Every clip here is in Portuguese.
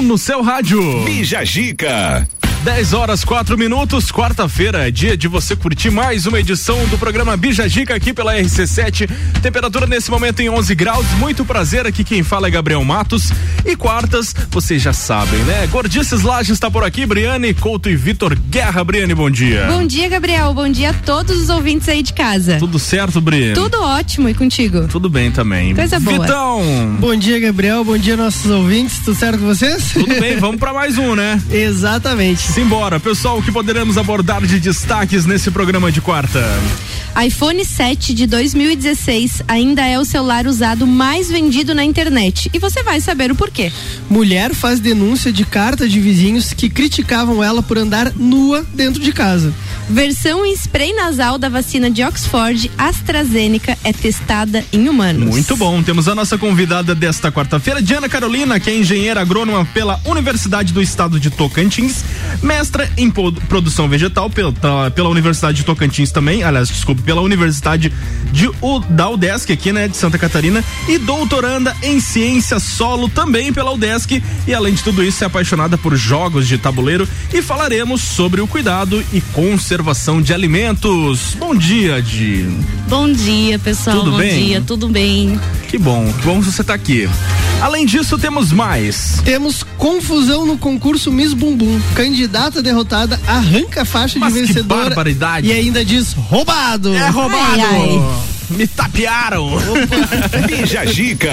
no seu rádio. Bija Gica. 10h04, quarta-feira, é dia de você curtir mais uma edição do programa Bija Gica aqui pela RC7. Temperatura nesse momento em 11 graus. Muito prazer, aqui quem fala é Gabriel Matos. E quartas, vocês já sabem, né? Gordices Lages está por aqui, Briane Couto e Vitor Guerra. Briane, bom dia. Bom dia, Gabriel. Bom dia a todos os ouvintes aí de casa. Tudo certo, Briane? Tudo ótimo, e contigo? Tudo bem também. Coisa boa. Vitão. Bom dia, Gabriel. Bom dia, nossos ouvintes. Tudo certo com vocês? Tudo bem, vamos para mais um, né? Exatamente. Simbora, pessoal, o que poderemos abordar de destaques nesse programa de quarta? iPhone 7 de 2016 ainda é o celular usado mais vendido na internet. E você vai saber o porquê. Mulher faz denúncia de carta de vizinhos que criticavam ela por andar nua dentro de casa. Versão em spray nasal da vacina de Oxford AstraZeneca é testada em humanos. Muito bom, temos a nossa convidada desta quarta-feira, Diana Carolina, que é engenheira agrônoma pela Universidade do Estado de Tocantins, mestra em produção vegetal pela Universidade de Tocantins também, pela Universidade da UDESC aqui, né, de Santa Catarina, e doutoranda em ciência solo também pela UDESC, e além de tudo isso é apaixonada por jogos de tabuleiro, e falaremos sobre o cuidado e conservação de alimentos. Bom dia, Di. Bom dia, pessoal. Tudo bem? Bom dia, tudo bem. Que bom você tá aqui. Além disso, temos mais. Temos confusão no concurso Miss Bumbum. Candidata derrotada arranca a faixa de vencedora. Que barbaridade. E ainda diz roubado. É roubado. Ai, ai. Me tapearam. Bija Gica.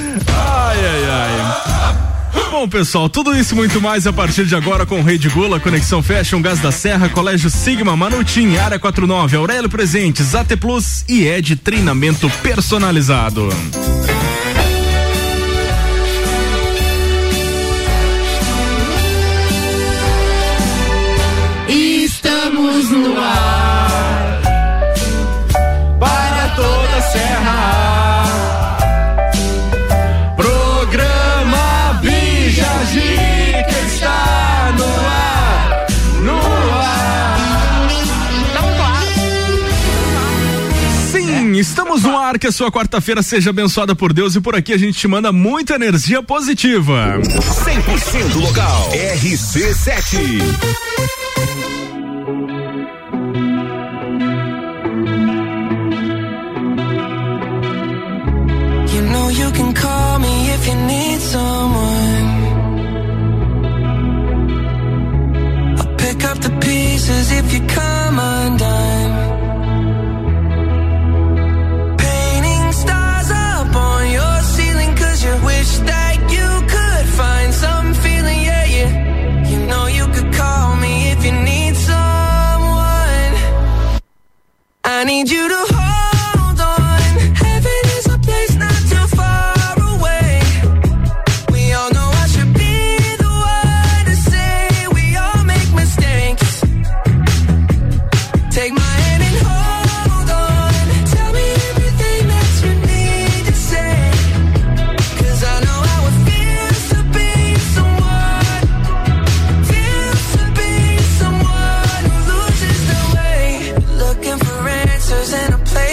Ai. Bom, pessoal, tudo isso e muito mais a partir de agora com Rede Gula, Conexão Fashion, Gás da Serra, Colégio Sigma, Manutim, Área 49, Aurélio Presentes, AT Plus e Ed Treinamento Personalizado. Estamos no ar para toda a Serra. Programa Bija Gica está no ar, Sim, estamos no ar, que a sua quarta-feira seja abençoada por Deus, e por aqui a gente te manda muita energia positiva. 100% local. RC7. You can call me if you need someone. I'll pick up the pieces if you come undone. Painting stars up on your ceiling 'cause you wish that you could find some feeling, yeah. You know you could call me if you need someone. I need you to hold on. Heaven is a place not too far. In a place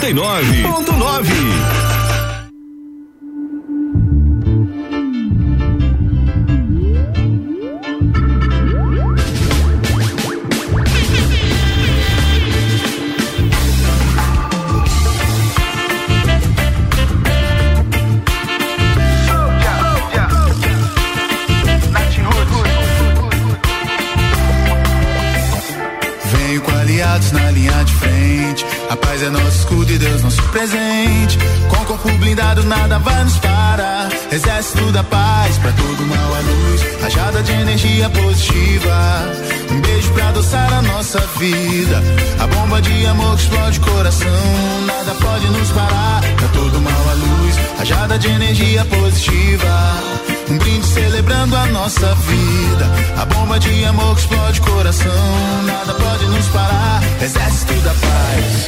99.9. Na linha de frente, a paz é nosso escudo e Deus nosso presente. Com corpo blindado nada vai nos parar. Exército da paz, pra todo mal a luz, rajada de energia positiva. Um beijo pra adoçar a nossa vida. A bomba de amor que explode o coração. Nada pode nos parar, pra todo mal a luz, rajada de energia positiva. Um brinde celebrando a nossa vida. A bomba de amor que explode o coração. Nada pode nos parar. Exército da paz.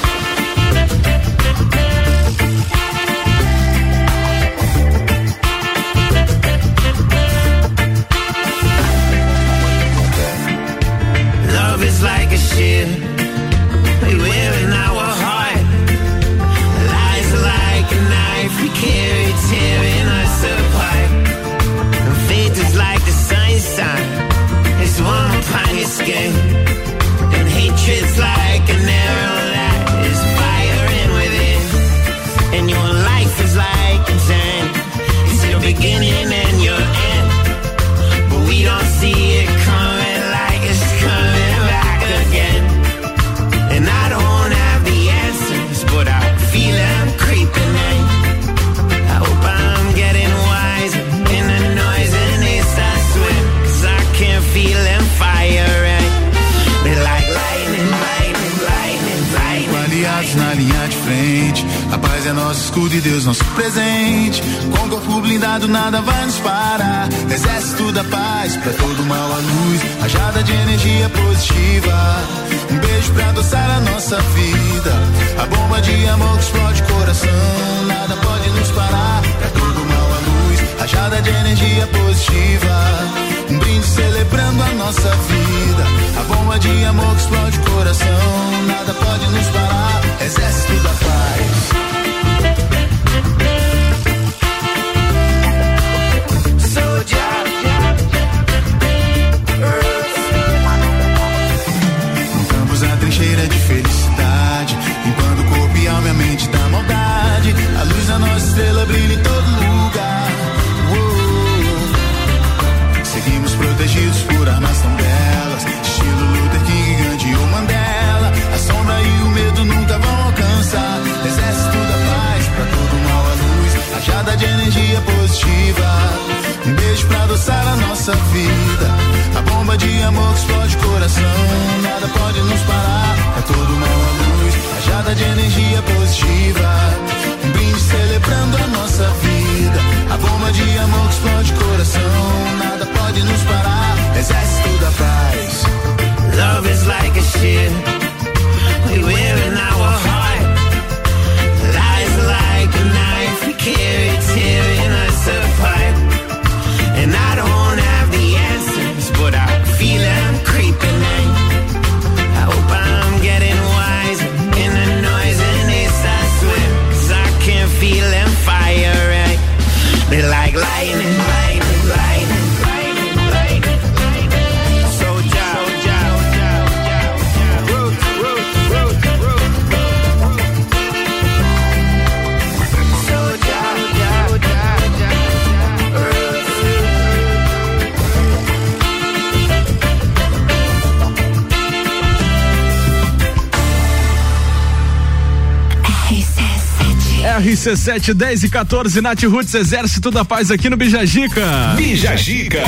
Love is like a shield we wear in our heart. Lies are like a knife we carry, tearing us apart. Faith is like the sunshine, it's warm upon your skin. And hatred's like an arrow that is firing within. And your life is like a journey, it's your beginning and your end. But we don't see it coming like it's coming back again. And I don't have the answers, but I feel them creeping in. I hope I'm getting wiser in the noise and they start swim. 'Cause I can feel them firing. They're like lightning, lightning, lightning, lightning. Aliados na linha de frente, a paz é nosso escudo e Deus nosso presente. Com corpo blindado nada vai nos parar. Exército da paz, pra todo mal a luz, rajada de energia positiva. Um beijo pra adoçar a nossa vida. A bomba de amor que explode o coração. Nada pode nos parar, pra todo mal a luz, rajada de energia positiva. Um brinde celebrando a nossa vida. A bomba de amor que explode o coração. Nada pode nos parar. Exército da paz. Montamos a trincheira de felicidade, limpando o corpo e alma e a mente da maldade. A luz da nossa estrela brilha em todo lugar. Seguimos protegidos por armas tão belas, estilo Luther King, Gandhi ou Mandela. A sombra e o medo nunca vão alcançar. Exército da paz, pra todo mal a luz, rajada de energia positiva. Um beijo pra adoçar a nossa vida. A bomba de amor que explode o coração. Nada pode nos parar, é todo mal a luz, rajada de energia positiva. Um brinde celebrando a nossa vida. A bomba de amor que explode o coração. Nada pode nos parar. Exército da paz. Love is like a shield we wear in our heart. Lies are like a knife we carry, tearing us apart. And I don't have the answers, but I feel them creeping in. I hope I'm getting wiser in the noise and they start swim. 'Cause I can feel them firing. They're like lightning, lightning, lightning, lightning, lightning, lightning. Soldier, soldier, root, root, root, root. Soldier, RC7, 10 e 14, Nath Roots, Exército da Paz aqui no Bijagica. Bijagica.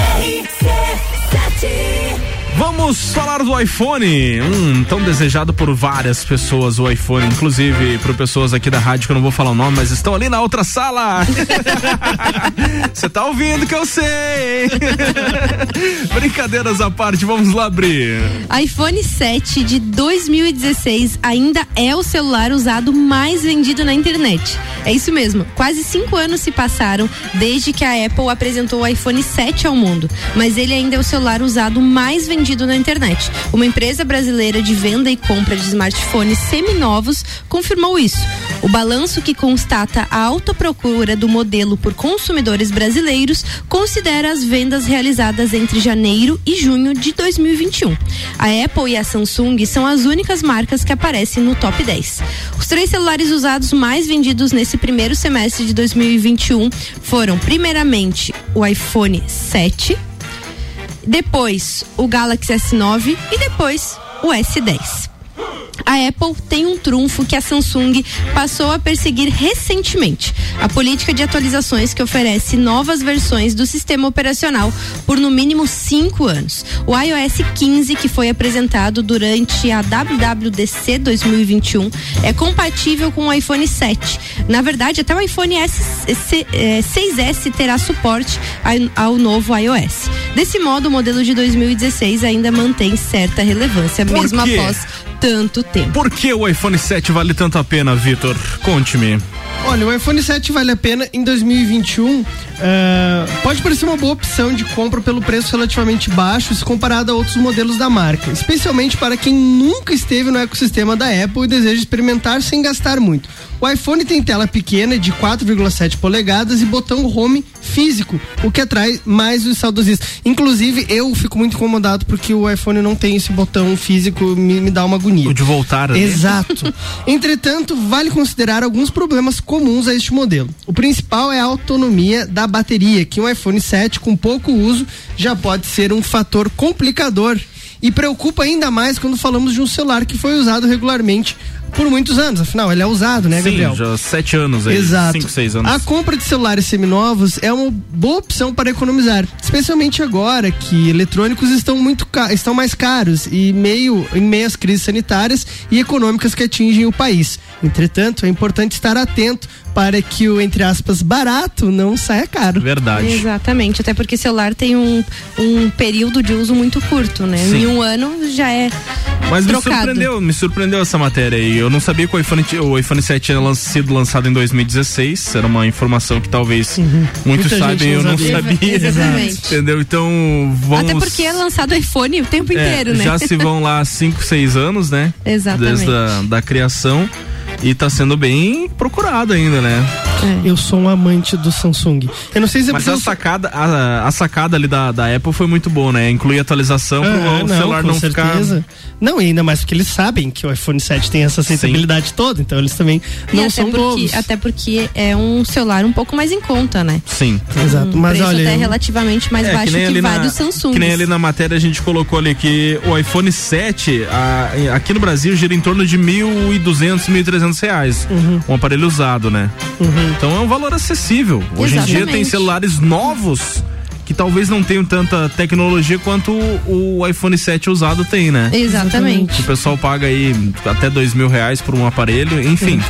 Vamos falar do iPhone, tão desejado por várias pessoas o iPhone, inclusive por pessoas aqui da rádio que eu não vou falar o nome, mas estão ali na outra sala. Você tá ouvindo que eu sei. Brincadeiras à parte, vamos lá, Bri. iPhone 7 de 2016 ainda é o celular usado mais vendido na internet. É isso mesmo. Quase 5 anos se passaram desde que a Apple apresentou o iPhone 7 ao mundo, mas ele ainda é o celular usado mais vendido na internet. Uma empresa brasileira de venda e compra de smartphones seminovos confirmou isso. O balanço, que constata a alta procura do modelo por consumidores brasileiros, considera as vendas realizadas entre janeiro e junho de 2021. A Apple e a Samsung são as únicas marcas que aparecem no top 10. Os 3 celulares usados mais vendidos nesse primeiro semestre de 2021 foram, primeiramente, o iPhone 7, depois o Galaxy S9 e depois o S10. A Apple tem um trunfo que a Samsung passou a perseguir recentemente: a política de atualizações, que oferece novas versões do sistema operacional por no mínimo 5 anos. O iOS 15, que foi apresentado durante a WWDC 2021, é compatível com o iPhone 7. Na verdade, até o iPhone 6S terá suporte ao novo iOS. Desse modo, o modelo de 2016 ainda mantém certa relevância, mesmo após tanto tempo. Por que o iPhone 7 vale tanto a pena, Vitor? Conte-me. Olha, o iPhone 7 vale a pena em 2021. Pode parecer uma boa opção de compra pelo preço relativamente baixo se comparado a outros modelos da marca, especialmente para quem nunca esteve no ecossistema da Apple e deseja experimentar sem gastar muito. O iPhone tem tela pequena de 4,7 polegadas e botão home físico, o que atrai mais os saudosistas. Inclusive, eu fico muito incomodado porque o iPhone não tem esse botão físico, me dá uma agonia. O de voltar, né? Exato. Entretanto, vale considerar alguns problemas comuns a este modelo. O principal é a autonomia da bateria, que um iPhone 7 com pouco uso já pode ser um fator complicador. E preocupa ainda mais quando falamos de um celular que foi usado regularmente por muitos anos, afinal, ele é usado, né, Gabriel? Sim, já 7 anos aí. Exato. 5, 6 anos. A compra de celulares seminovos é uma boa opção para economizar, especialmente agora que eletrônicos estão mais caros e em meio às crises sanitárias e econômicas que atingem o país. Entretanto, é importante estar atento para que o, entre aspas, barato não saia caro. Verdade. Exatamente, até porque celular tem um período de uso muito curto, né? Sim. Em um ano já é Mas trocado. me surpreendeu essa matéria aí. Eu não sabia que o iPhone 7 tinha sido lançado em 2016. Era uma informação que talvez muitos sabem, eu não sabia. Exatamente. Entendeu? Então vamos. Até porque é lançado iPhone o tempo inteiro, né? Já se vão lá 5, 6 anos, né? Exatamente. Desde da criação. E tá sendo bem procurado ainda, né? Eu sou um amante do Samsung. Eu não sei se Mas a sacada ali da Apple foi muito boa, né? Incluir atualização pro celular não ficar... Não, e ainda mais porque eles sabem que o iPhone 7 tem essa acessibilidade toda, então eles também não são bobos. Até porque é um celular um pouco mais em conta, né? Sim. Exato, mas preço olha... até relativamente mais baixo que vários Samsungs. Que nem ali na matéria a gente colocou ali que o iPhone 7 aqui no Brasil gira em torno de R$1.200, R$1.300. Um aparelho usado, né? Então é um valor acessível. Hoje em dia tem celulares novos que talvez não tenham tanta tecnologia quanto o iPhone 7 usado tem, né? Exatamente. O pessoal paga aí até R$2.000 por um aparelho, enfim.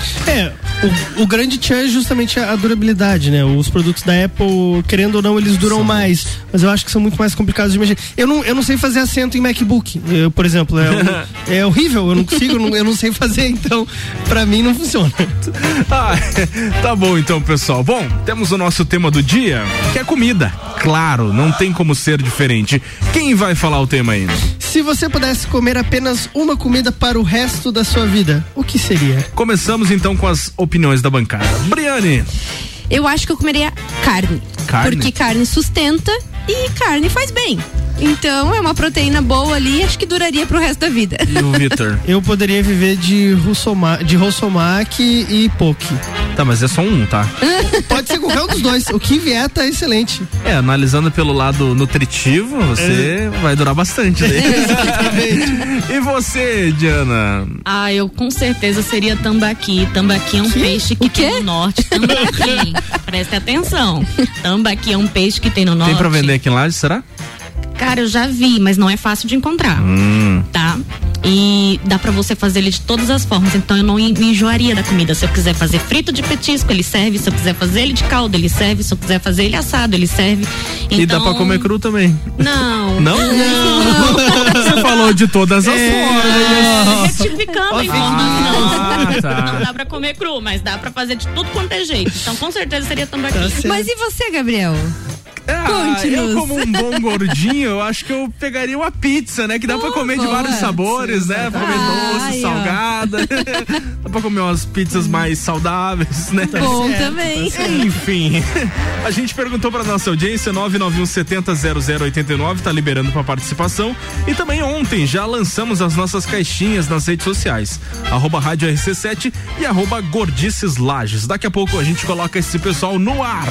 O grande tchan é justamente a durabilidade, né? Os produtos da Apple, querendo ou não, eles duram mais, mas eu acho que são muito mais complicados de mexer. Eu não sei fazer assento em MacBook, por exemplo, é horrível, eu não consigo, eu não sei fazer, então pra mim não funciona. Tá bom então, pessoal. Bom, temos o nosso tema do dia, que é comida. Claro, não tem como ser diferente. Quem vai falar o tema aí? Se você pudesse comer apenas uma comida para o resto da sua vida, o que seria? Começamos então com as opiniões da bancada. Briane. Eu acho que eu comeria carne. Porque carne sustenta e carne faz bem. Então é uma proteína boa ali, acho que duraria pro resto da vida. E o Vitor? Eu poderia viver de Rossomach e poke. Tá, mas é só um, tá? Pode ser qualquer um dos dois. O que vier tá excelente. Analisando pelo lado nutritivo, você vai durar bastante. Né? E você, Diana? Eu com certeza seria tambaqui. Tambaqui é um peixe que tem no norte. Tambaqui. Preste atenção. Tambaqui é um peixe que tem no norte. Tem pra vender aqui em Lages, será? Cara, eu já vi, mas não é fácil de encontrar, tá? E dá pra você fazer ele de todas as formas, então eu não me enjoaria da comida. Se eu quiser fazer frito de petisco, ele serve. Se eu quiser fazer ele de caldo, ele serve. Se eu quiser fazer ele assado, ele serve. Então... E dá pra comer cru também? Não. Não? Você falou de todas as formas. Retificando a informação. Tá. Não dá pra comer cru, mas dá pra fazer de tudo quanto é jeito. Então com certeza seria tambaqui. Mas e você, Gabriel? Eu como um bom gordinho, eu acho que eu pegaria uma pizza, né? Que dá pra comer de vários sabores, né? Pra comer doce, salgada. Dá pra comer umas pizzas mais saudáveis, né? Bom também. Enfim, a gente perguntou pra nossa audiência, 991700089, tá liberando pra participação. E também ontem já lançamos as nossas caixinhas nas redes sociais, @Rádio RC7 e @Gordices Lages. Daqui a pouco a gente coloca esse pessoal no ar.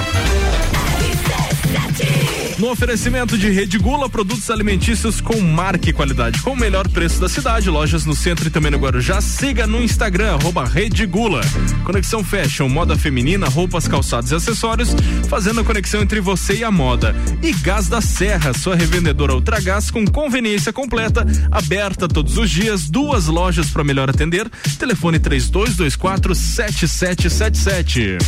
No oferecimento de Rede Gula, produtos alimentícios com marca e qualidade, com o melhor preço da cidade, lojas no centro e também no Guarujá. Siga no Instagram, @Rede Gula. Conexão Fashion, moda feminina, roupas, calçados e acessórios, fazendo a conexão entre você e a moda. E Gás da Serra, sua revendedora Ultragás com conveniência completa, aberta todos os dias, 2 lojas para melhor atender. Telefone 3224-7777.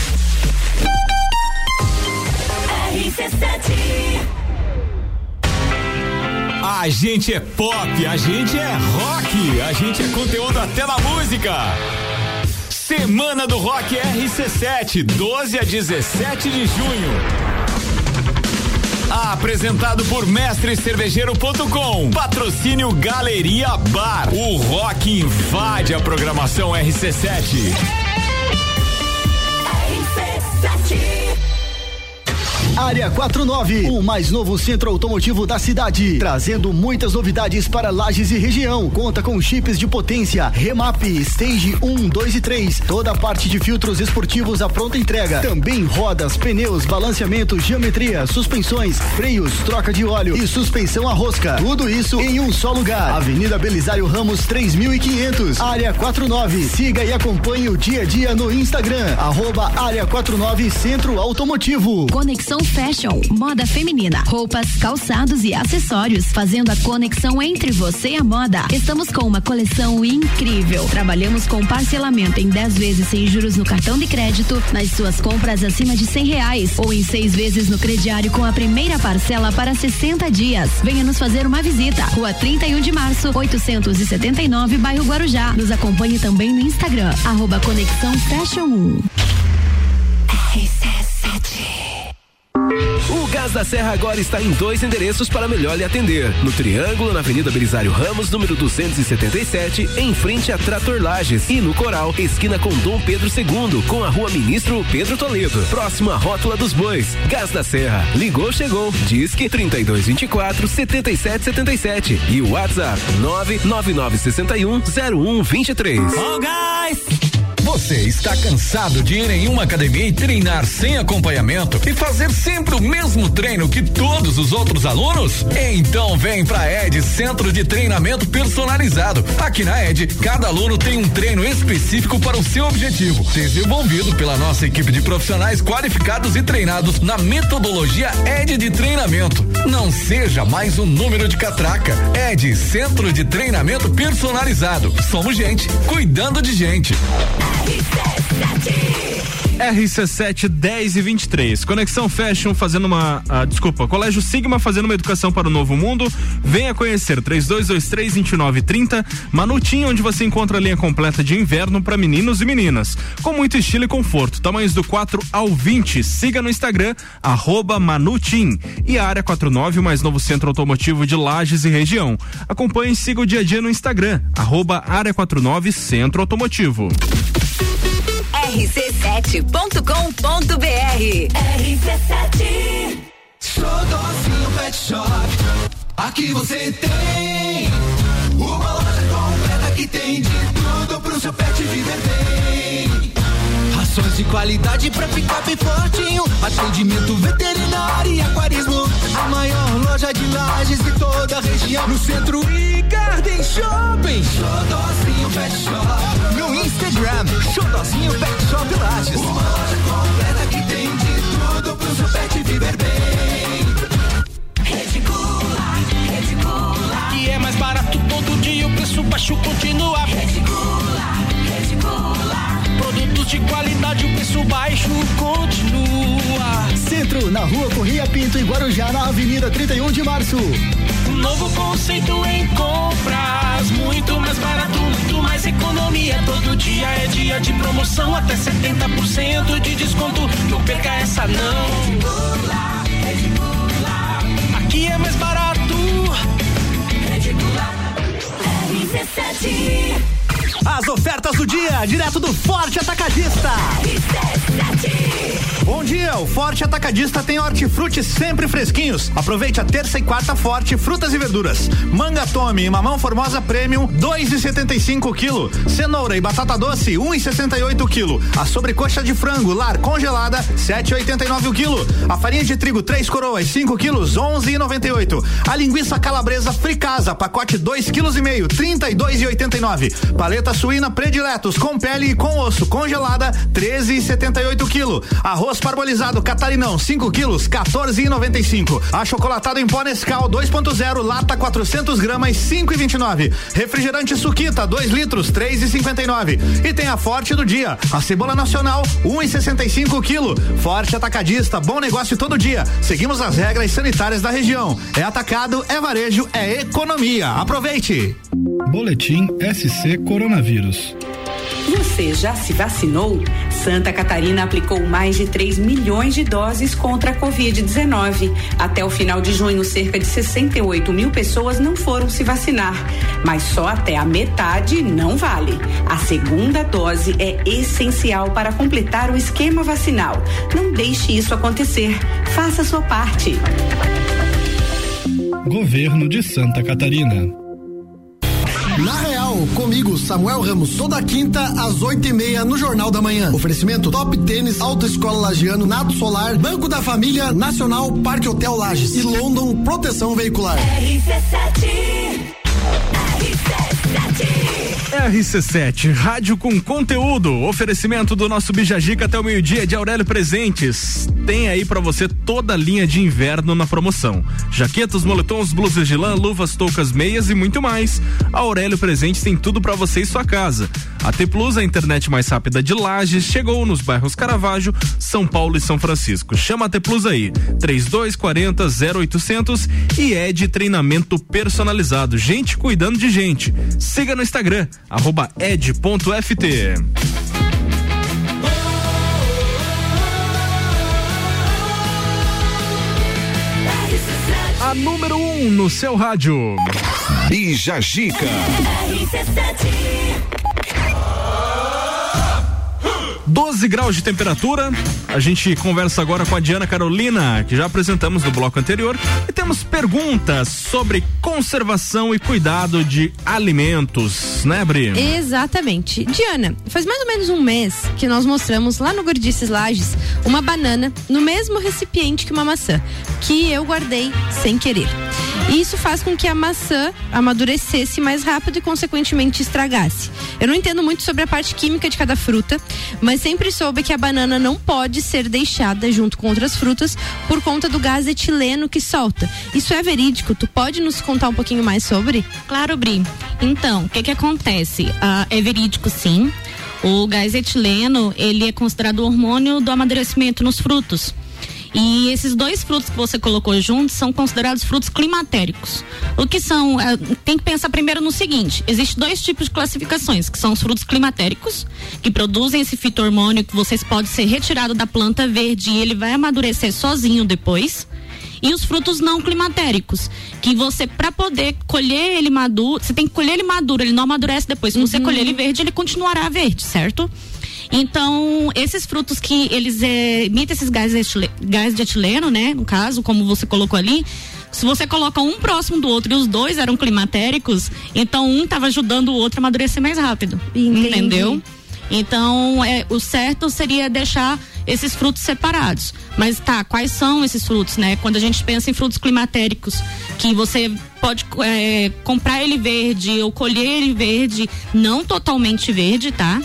A gente é pop, a gente é rock, a gente é conteúdo até na música. Semana do Rock RC7, 12 a 17 de junho. Apresentado por mestrecervejeiro.com. Patrocínio Galeria Bar. O rock invade a programação RC7. Área 49, o mais novo centro automotivo da cidade, trazendo muitas novidades para Lages e região. Conta com chips de potência, remap, stage 1, 2 e 3, toda a parte de filtros esportivos à pronta entrega. Também rodas, pneus, balanceamento, geometria, suspensões, freios, troca de óleo e suspensão a rosca. Tudo isso em um só lugar. Avenida Belisário Ramos 3500, Área 49. Siga e acompanhe o dia a dia no Instagram, @Área 49 Centro Automotivo. Conexão Fashion, moda feminina, roupas, calçados e acessórios, fazendo a conexão entre você e a moda. Estamos com uma coleção incrível. Trabalhamos com parcelamento em 10 vezes sem juros no cartão de crédito, nas suas compras acima de R$100 ou em 6 vezes no crediário com a primeira parcela para 60 dias. Venha nos fazer uma visita. Rua 31 de Março, 879, bairro Guarujá. Nos acompanhe também no Instagram, @Conexão Fashion 1. O Gás da Serra agora está em 2 endereços para melhor lhe atender. No Triângulo, na Avenida Belisário Ramos, número 277, em frente a Trator Lages. E no Coral, esquina com Dom Pedro II, com a Rua Ministro Pedro Toledo, próximo à Rótula dos Bois. Gás da Serra. Ligou, chegou. Disque 3224-7777. E o WhatsApp 99961-0123. Oh, guys! Você está cansado de ir em uma academia e treinar sem acompanhamento e fazer sempre o mesmo treino que todos os outros alunos? Então vem pra ED, Centro de Treinamento Personalizado. Aqui na ED, cada aluno tem um treino específico para o seu objetivo, desenvolvido pela nossa equipe de profissionais qualificados e treinados na metodologia ED de treinamento. Não seja mais um número de catraca. ED, Centro de Treinamento Personalizado. Somos gente, cuidando de gente. RC7 10 e 23. Conexão Fashion fazendo uma. Colégio Sigma fazendo uma educação para o novo mundo. Venha conhecer 3223-2930. Manutim, onde você encontra a linha completa de inverno para meninos e meninas. Com muito estilo e conforto. Tamanhos do 4 ao 20. Siga no Instagram, @Manutim. E a Área 49, o mais novo centro automotivo de Lages e região. Acompanhe e siga o dia a dia no Instagram, @Área 49 Centro Automotivo. rc7.com.br. RC7 Xodózinho Pet Shop. Aqui você tem uma loja completa que tem de tudo pro seu pet viver bem. Rações de qualidade pra ficar bem fortinho. Atendimento veterinário e aquarismo. A maior loja de Lages de toda a região. No centro e Garden Shopping. Xodózinho Pet Shop. No Instagram, Xodózinho Pet Shop Lages. Uma loja completa que tem de tudo pro seu pet viver bem. Rede Gula. E é mais barato todo dia, o preço baixo sorte, qualidade, o preço baixo continua. Centro, na Rua Corrêa Pinto e Guarujá, na Avenida 31 de Março. Um novo conceito em compras, muito mais barato, muito mais economia. Todo dia é dia de promoção, até 70% de desconto. Não perca essa não. Aqui é mais barato. As ofertas do dia, direto do Forte Atacadista. Bom dia, o Forte Atacadista tem hortifruti sempre fresquinhos. Aproveite a terça e quarta Forte frutas e verduras. Manga Tome e mamão Formosa Premium, 2,75 quilo. Cenoura e batata doce, 1,68 quilo. A sobrecoxa de frango lar congelada, 7,89 o quilo. A farinha de trigo 3 coroas, 5 quilos, 11,98. A linguiça calabresa Fricasa, pacote 2,5 quilos, 32,89. Paleta suína Prediletos com pele e com osso congelada, 13,78 quilo. Arroz parbolizado Catarinão, 5 quilos, 14,95. Achocolatado em pó Nescau 2.0, lata 400 gramas, 5,29. Refrigerante Suquita, 2 litros, 3,59. E tem a Forte do dia, a cebola nacional, 1,65 quilo. Forte Atacadista, bom negócio todo dia. Seguimos as regras sanitárias da região. É atacado, é varejo, é economia. Aproveite! Boletim SC Coronavírus. Você já se vacinou? Santa Catarina aplicou mais de 3 milhões de doses contra a Covid-19. Até o final de junho, cerca de 68 mil pessoas não foram se vacinar. Mas só até a metade não vale. A segunda dose é essencial para completar o esquema vacinal. Não deixe isso acontecer. Faça a sua parte. Governo de Santa Catarina. Na Real, comigo, Samuel Ramos, toda quinta às 8:30 no Jornal da Manhã. Oferecimento Top Tênis, Autoescola Lagiano, Nato Solar, Banco da Família, Nacional, Parque Hotel Lages e London Proteção Veicular. RC7, rádio com conteúdo. Oferecimento do nosso Bijagica até o meio-dia de Aurélio Presentes. Tem aí pra você toda a linha de inverno na promoção. Jaquetas, moletons, blusas de lã, luvas, toucas, meias e muito mais. A Aurélio Presentes tem tudo pra você e sua casa. A T Plus, a internet mais rápida de Lages, chegou nos bairros Caravaggio, São Paulo e São Francisco. Chama a T Plus aí, 3240-0800 e é de treinamento personalizado. Gente cuidando de gente. Siga no Instagram, @ed.ft. A número 1 no seu rádio. Bijagica. 12 graus de temperatura. A gente conversa agora com a Diana Carolina, que já apresentamos no bloco anterior, e temos perguntas sobre conservação e cuidado de alimentos, né, Bri? Exatamente. Diana, faz mais ou menos um mês que nós mostramos lá no Gordices Lages uma banana no mesmo recipiente que uma maçã, que eu guardei sem querer. E isso faz com que a maçã amadurecesse mais rápido e consequentemente estragasse. Eu não entendo muito sobre a parte química de cada fruta, mas sempre soube que a banana não pode ser deixada junto com outras frutas por conta do gás etileno que solta. Isso é verídico? Tu pode nos contar um pouquinho mais sobre? Claro, Bri. Então, o que acontece? É verídico, sim. O gás etileno, ele é considerado o hormônio do amadurecimento nos frutos. E esses dois frutos que você colocou juntos são considerados frutos climatéricos. O que são? Tem que pensar primeiro no seguinte: existem dois tipos de classificações, que são os frutos climatéricos, que produzem esse fito-hormônio que vocês podem ser retirado da planta verde e ele vai amadurecer sozinho depois. E os frutos não climatéricos, que você, para poder colher ele maduro, você tem que colher ele maduro, ele não amadurece depois. Se você colher ele verde, ele continuará verde, certo? Então, esses frutos que eles emitem esses gás de etileno, né? No caso, como você colocou ali, se você coloca um próximo do outro e os dois eram climatéricos, então um estava ajudando o outro a amadurecer mais rápido. Entendi. Entendeu? Então, o certo seria deixar esses frutos separados. Mas tá, quais são esses frutos, né? Quando a gente pensa em frutos climatéricos, que você pode comprar ele verde ou colher ele verde, não totalmente verde, tá?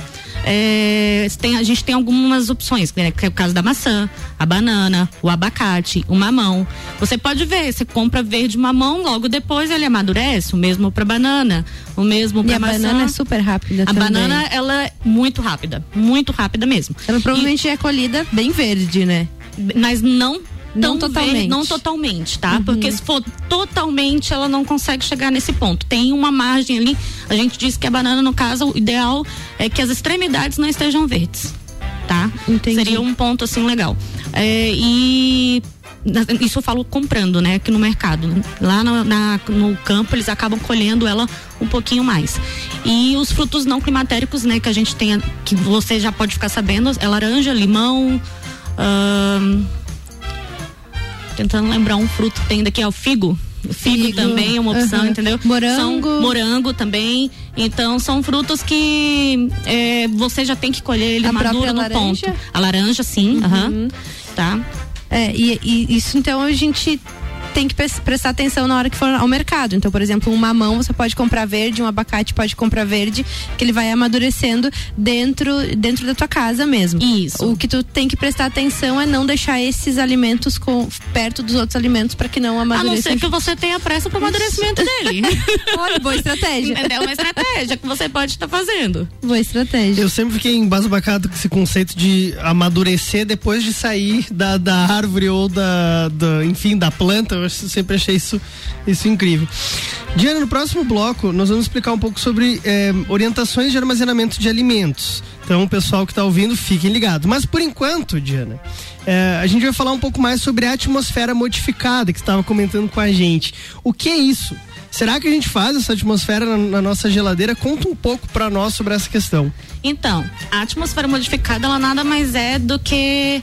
a gente tem algumas opções, né? Que é o caso da maçã, a banana, o abacate, o mamão. Você pode ver, você compra verde mamão, logo depois ele amadurece, o mesmo para banana, o mesmo para maçã. A banana é super rápida também. A banana, ela é muito rápida mesmo. Ela provavelmente é colhida bem verde, né? Mas não totalmente. Não totalmente, tá? Porque se for totalmente, ela não consegue chegar nesse ponto. Tem uma margem ali. A gente diz que a banana, no caso, o ideal é que as extremidades não estejam verdes, tá? Entendi. Seria um ponto, assim, legal. E isso eu falo comprando, né? Aqui no mercado. Lá no campo, eles acabam colhendo ela um pouquinho mais. E os frutos não climatéricos, né? Que a gente tem, que você já pode ficar sabendo, é laranja, limão, tentando lembrar um fruto que tem daqui, é o figo. O figo também é uma opção, entendeu? Morango também. Então são frutos que você já tem que colher ele maduro no ponto. A laranja, sim. Tá. E isso então a gente tem que prestar atenção na hora que for ao mercado. Então, por exemplo, um mamão você pode comprar verde, um abacate pode comprar verde, que ele vai amadurecendo dentro da tua casa mesmo. Isso. O que tu tem que prestar atenção é não deixar esses alimentos perto dos outros alimentos para que não amadureçam. A não ser que você tenha pressa para o amadurecimento dele. Olha, boa estratégia. É uma estratégia que você pode estar fazendo. Boa estratégia. Eu sempre fiquei embasbacado com esse conceito de amadurecer depois de sair da árvore ou enfim, da planta. Eu sempre achei isso incrível. Diana, no próximo bloco nós vamos explicar um pouco sobre orientações de armazenamento de alimentos. Então, o pessoal que está ouvindo, fiquem ligados. Mas por enquanto, Diana, a gente vai falar um pouco mais sobre a atmosfera modificada que você estava comentando com a gente. O que é isso? Será que a gente faz essa atmosfera na nossa geladeira? Conta um pouco para nós sobre essa questão. Então, a atmosfera modificada, ela nada mais é do que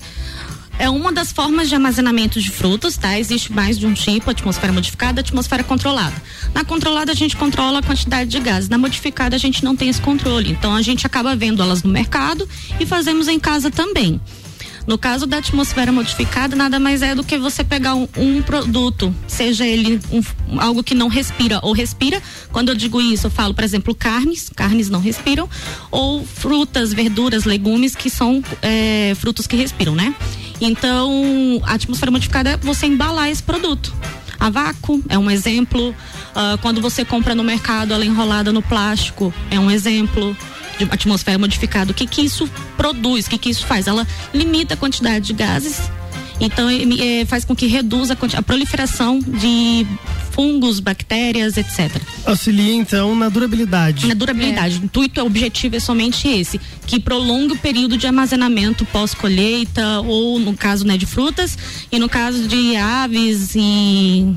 uma das formas de armazenamento de frutos, tá? Existe mais de um tipo, atmosfera modificada, atmosfera controlada. Na controlada a gente controla a quantidade de gases, na modificada a gente não tem esse controle, então a gente acaba vendo elas no mercado e fazemos em casa também. No caso da atmosfera modificada, nada mais é do que você pegar um produto, seja ele algo que não respira ou respira. Quando eu digo isso, eu falo, por exemplo, carnes não respiram, ou frutas, verduras, legumes, que são frutos que respiram, né? Então, a atmosfera modificada é você embalar esse produto. A vácuo é um exemplo. Quando você compra no mercado ela enrolada no plástico, é um exemplo de atmosfera modificada. O que isso produz? O que isso faz? Ela limita a quantidade de gases. Então, faz com que reduza a proliferação de fungos, bactérias, etc. Auxilia, então, na durabilidade. Na durabilidade. O intuito, o objetivo é somente esse, que prolongue o período de armazenamento pós-colheita, ou no caso, né, de frutas, e no caso de aves e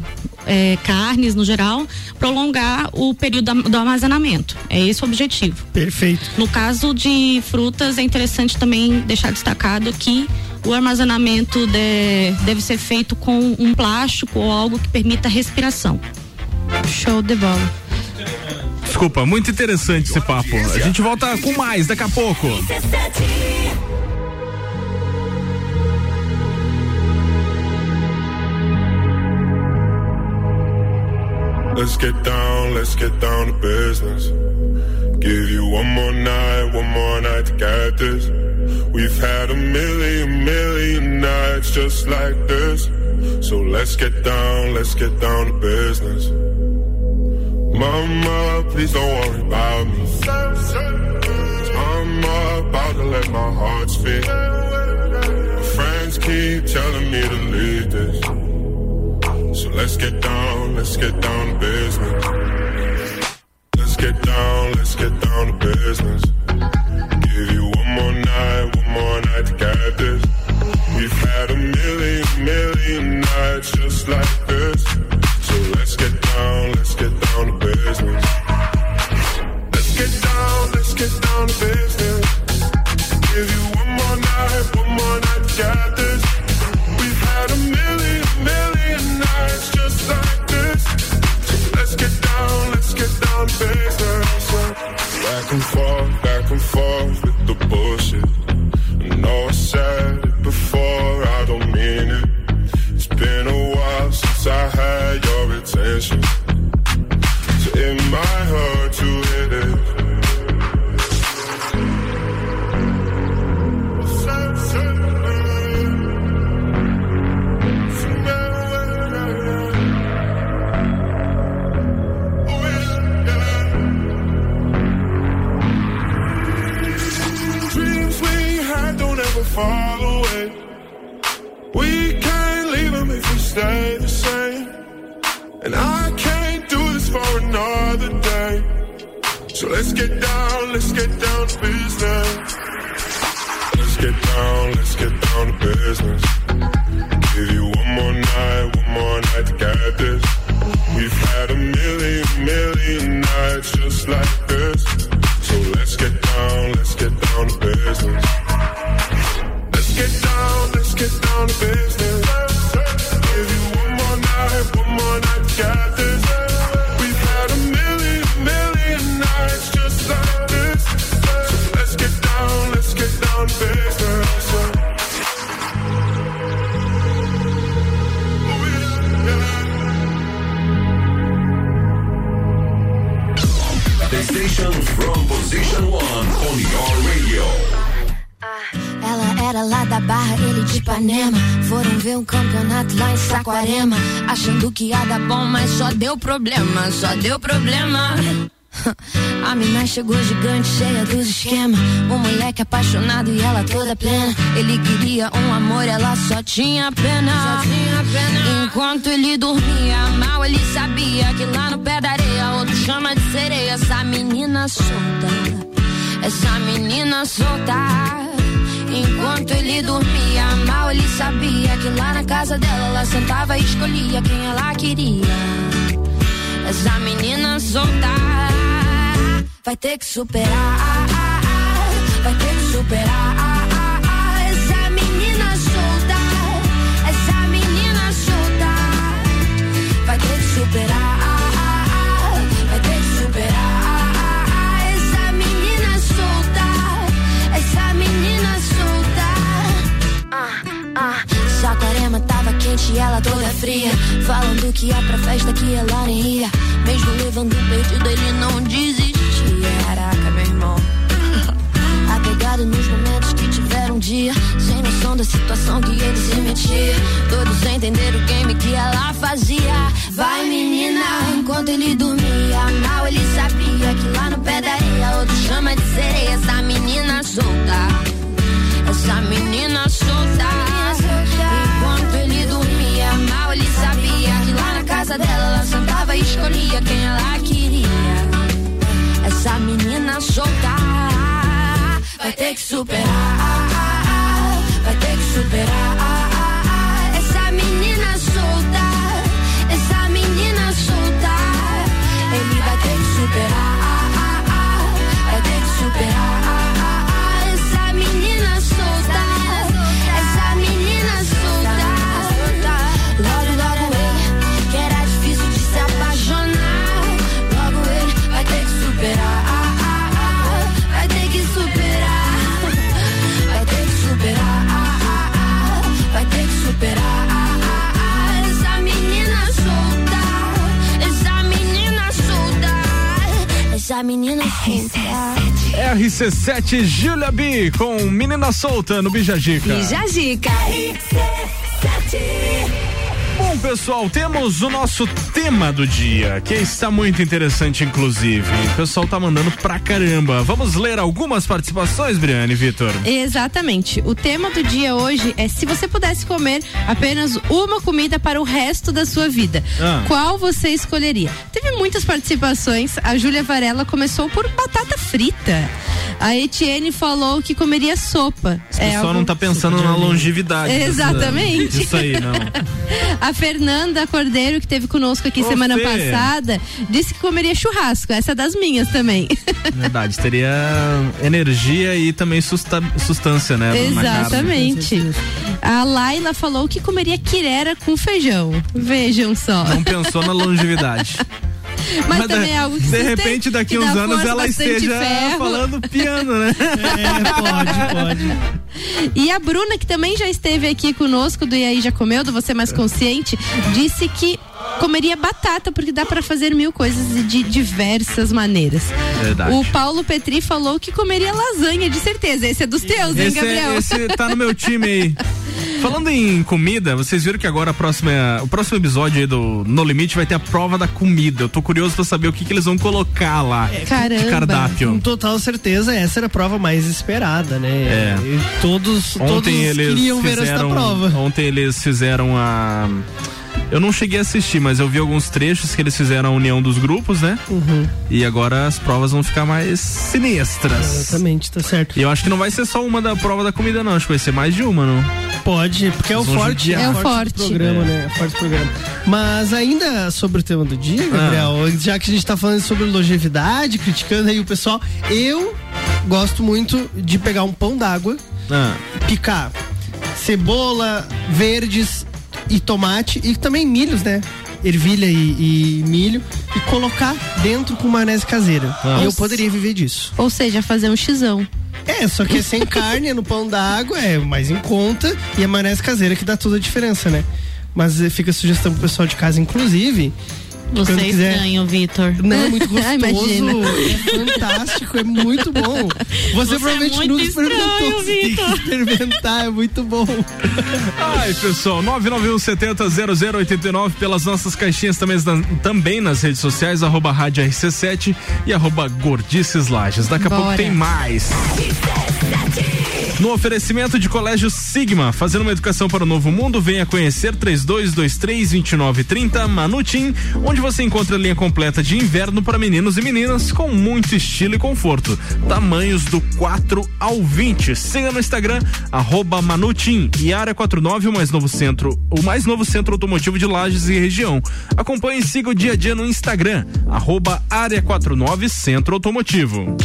carnes, no geral, prolongar o período do armazenamento. É esse o objetivo. Perfeito. No caso de frutas, é interessante também deixar destacado que o armazenamento deve ser feito com um plástico ou algo que permita a respiração. Show de bola. Desculpa, muito interessante esse papo. A gente volta com mais daqui a pouco. Let's get down to business. Give you one more night to get this. We've had a million nights just like this. So let's get down to business. Mama, please don't worry about me. I'm about to let my heart speak. My friends keep telling me to leave this. So let's get down to business. Let's get down to business. Give you one more night to get this. We've had a million nights just like this. So let's get down to business. Let's get down to business. Give you one more night to get this. We've had a million nights just like this. So far away. We can't leave them if we stay the same. And I can't do this for another day. So let's get down to business. Let's get down to business. Give you one more night to get this. We've had a million nights just like this. So let's get down to business. Let's get down to business. Give you one more night to get this. We've had a million nights just like this. So let's get down to business. The station from position 1 on your radio. Ela era lá da Barra, ele de Ipanema. Foram ver um campeonato lá em Saquarema, achando que ia dar bom, mas só deu problema. A mina chegou gigante, cheia dos esquemas. O moleque apaixonado e ela toda plena. Ele queria um amor, ela só tinha pena. Enquanto ele dormia mal, ele sabia que lá no pé da areia outro chama de sereia. Essa menina solta. Enquanto ele dormia mal, ele sabia que lá na casa dela ela sentava e escolhia quem ela queria. Essa menina solta vai ter que superar, vai ter que superar. Essa menina solta vai ter que superar, vai ter que superar. Essa menina solta. Saquarema tava quente e ela toda fria, falando que ia pra festa que ela nem ia. Mesmo levando perdido, ele não desistia. Caraca, meu irmão. Apegado nos momentos que tiveram um dia, sem noção da situação que ele se metia. Todos entenderam o game que ela fazia. Vai, menina. Enquanto ele dormia mal, ele sabia que lá no pé da areia outro chama de sereia. Essa menina solta. Enquanto ele dormia mal, ele sabia que lá na casa dela ela sentava e escolhia quem ela queria. Essa menina solta vai ter que superar, vai ter que superar. Essa menina solta, ele vai ter que superar, vai ter que superar. Logo ele, que era difícil de se apaixonar. Logo ele vai ter que superar, vai ter que superar, vai ter que superar, vai ter que superar. Essa menina solta. RC7 Julia B com Menina Solta no Bijagica. Bom, pessoal, temos o nosso tema do dia, que está muito interessante, inclusive. O pessoal tá mandando pra caramba. Vamos ler algumas participações, Briane e Vitor? Exatamente. O tema do dia hoje é: se você pudesse comer apenas uma comida para o resto da sua vida, qual você escolheria? Teve muitas participações. A Júlia Varela começou por batata frita. A Etienne falou que comeria sopa. O pessoal não tá pensando na longevidade. Exatamente. Isso aí, não. A Fernanda Cordeiro, que esteve conosco aqui semana passada, disse que comeria churrasco. Essa é das minhas também. Verdade, teria energia e também sustância, né? Exatamente. A Laila falou que comeria quirera com feijão. Vejam só. Não pensou na longevidade. Mas também é algo que de repente daqui uns anos ela esteja falando piano, né? Pode. E a Bruna, que também já esteve aqui conosco do E aí Já Comeu, do Você Mais Consciente, disse que comeria batata, porque dá pra fazer 1000 coisas de diversas maneiras. Verdade. O Paulo Petri falou que comeria lasanha, de certeza. Esse é dos teus, hein, Gabriel? Esse tá no meu time aí. Falando em comida, vocês viram que agora o próximo episódio aí do No Limite vai ter a prova da comida. Eu tô curioso pra saber o que eles vão colocar lá de cardápio. Com total certeza, essa era a prova mais esperada, né? E todos queriam ver essa prova. Ontem eles fizeram a... Eu não cheguei a assistir, mas eu vi alguns trechos que eles fizeram a união dos grupos, né? E agora as provas vão ficar mais sinistras. Exatamente, tá certo. E eu acho que não vai ser só uma da prova da comida, não. Acho que vai ser mais de uma, não? Pode, porque é o forte. É o forte do programa, né? É forte programa. Mas ainda sobre o tema do dia, Gabriel, já que a gente tá falando sobre longevidade, criticando aí o pessoal, eu gosto muito de pegar um pão d'água, picar cebola, verdes e tomate e também milhos, né? Ervilha e milho e colocar dentro com maionese caseira. E eu poderia viver disso. Ou seja, fazer um xizão. Só que é sem carne, é no pão d'água, é mais em conta e a maionese caseira que dá toda a diferença, né? Mas fica a sugestão pro pessoal de casa, inclusive. Você é estranho, Vitor. Não, é muito gostoso. É fantástico, é muito bom. Você provavelmente nunca experimentou. Você tem que experimentar, é muito bom. Ai, pessoal, 991700089 pelas nossas caixinhas também nas redes sociais, @rádio RC7 e @Gordices Lages. Daqui a pouco tem mais. No oferecimento de Colégio Sigma, fazendo uma educação para o novo mundo, venha conhecer 3223-2930 Manutim, onde você encontra a linha completa de inverno para meninos e meninas com muito estilo e conforto. Tamanhos do 4 ao 20. Siga no Instagram, @Manutim e Área 49, o mais novo centro automotivo de Lages e região. Acompanhe e siga o dia a dia no Instagram, @Área 49 Centro Automotivo.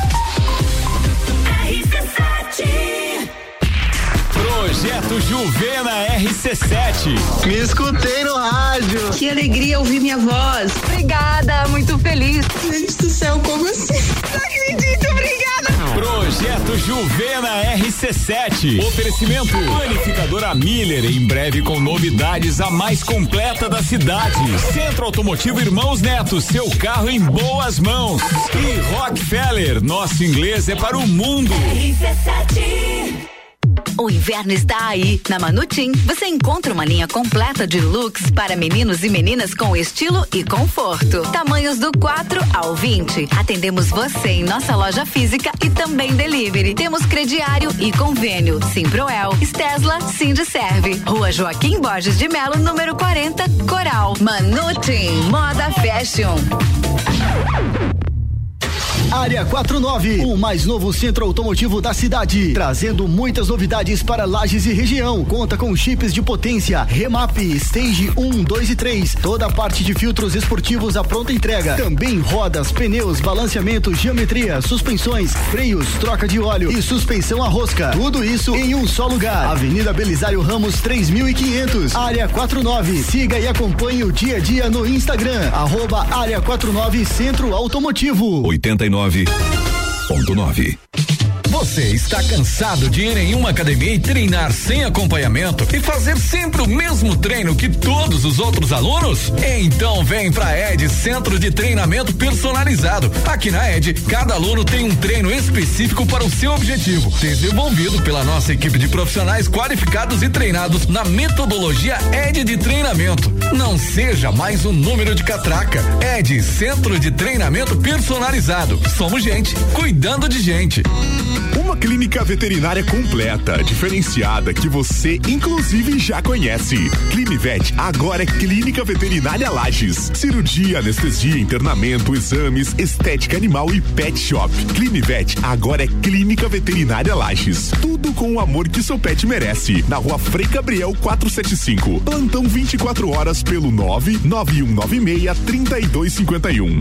Projeto Juvena RC7. Me escutei no rádio. Que alegria ouvir minha voz. Obrigada, muito feliz. Gente do céu, como assim? Não acredito, obrigada. Projeto Juvena RC7. Oferecimento Panificadora Miller, em breve com novidades, a mais completa da cidade. Centro Automotivo Irmãos Neto, seu carro em boas mãos. E Rockefeller, nosso inglês é para o mundo. RC7. O inverno está aí. Na Manutim, você encontra uma linha completa de looks para meninos e meninas com estilo e conforto. Tamanhos do 4 ao 20. Atendemos você em nossa loja física e também delivery. Temos crediário e convênio. Simproel, Stesla, Sindiserve. Rua Joaquim Borges de Melo, número 40, Coral. Manutim, moda fashion. Área 49, o mais novo centro automotivo da cidade, trazendo muitas novidades para Lages e região. Conta com chips de potência, Remap, Stage 1, 2 e 3, toda a parte de filtros esportivos à pronta entrega. Também rodas, pneus, balanceamento, geometria, suspensões, freios, troca de óleo e suspensão à rosca. Tudo isso em um só lugar. Avenida Belisário Ramos 3500, Área 49. Siga e acompanhe o dia a dia no Instagram, @Área 49 Centro Automotivo. 89.9. Você está cansado de ir em uma academia e treinar sem acompanhamento e fazer sempre o mesmo treino que todos os outros alunos? Então vem pra ED, Centro de Treinamento Personalizado. Aqui na ED, cada aluno tem um treino específico para o seu objetivo, desenvolvido pela nossa equipe de profissionais qualificados e treinados na metodologia ED de treinamento. Não seja mais um número de catraca. ED, Centro de Treinamento Personalizado. Somos gente cuidando de gente. Uma clínica veterinária completa, diferenciada, que você inclusive já conhece. Clinivet agora é Clínica Veterinária Lages. Cirurgia, anestesia, internamento, exames, estética animal e pet shop. Clinivet agora é Clínica Veterinária Lages. Tudo com o amor que seu pet merece. Na Rua Frei Gabriel 475. Plantão 24 horas pelo 99196-3251.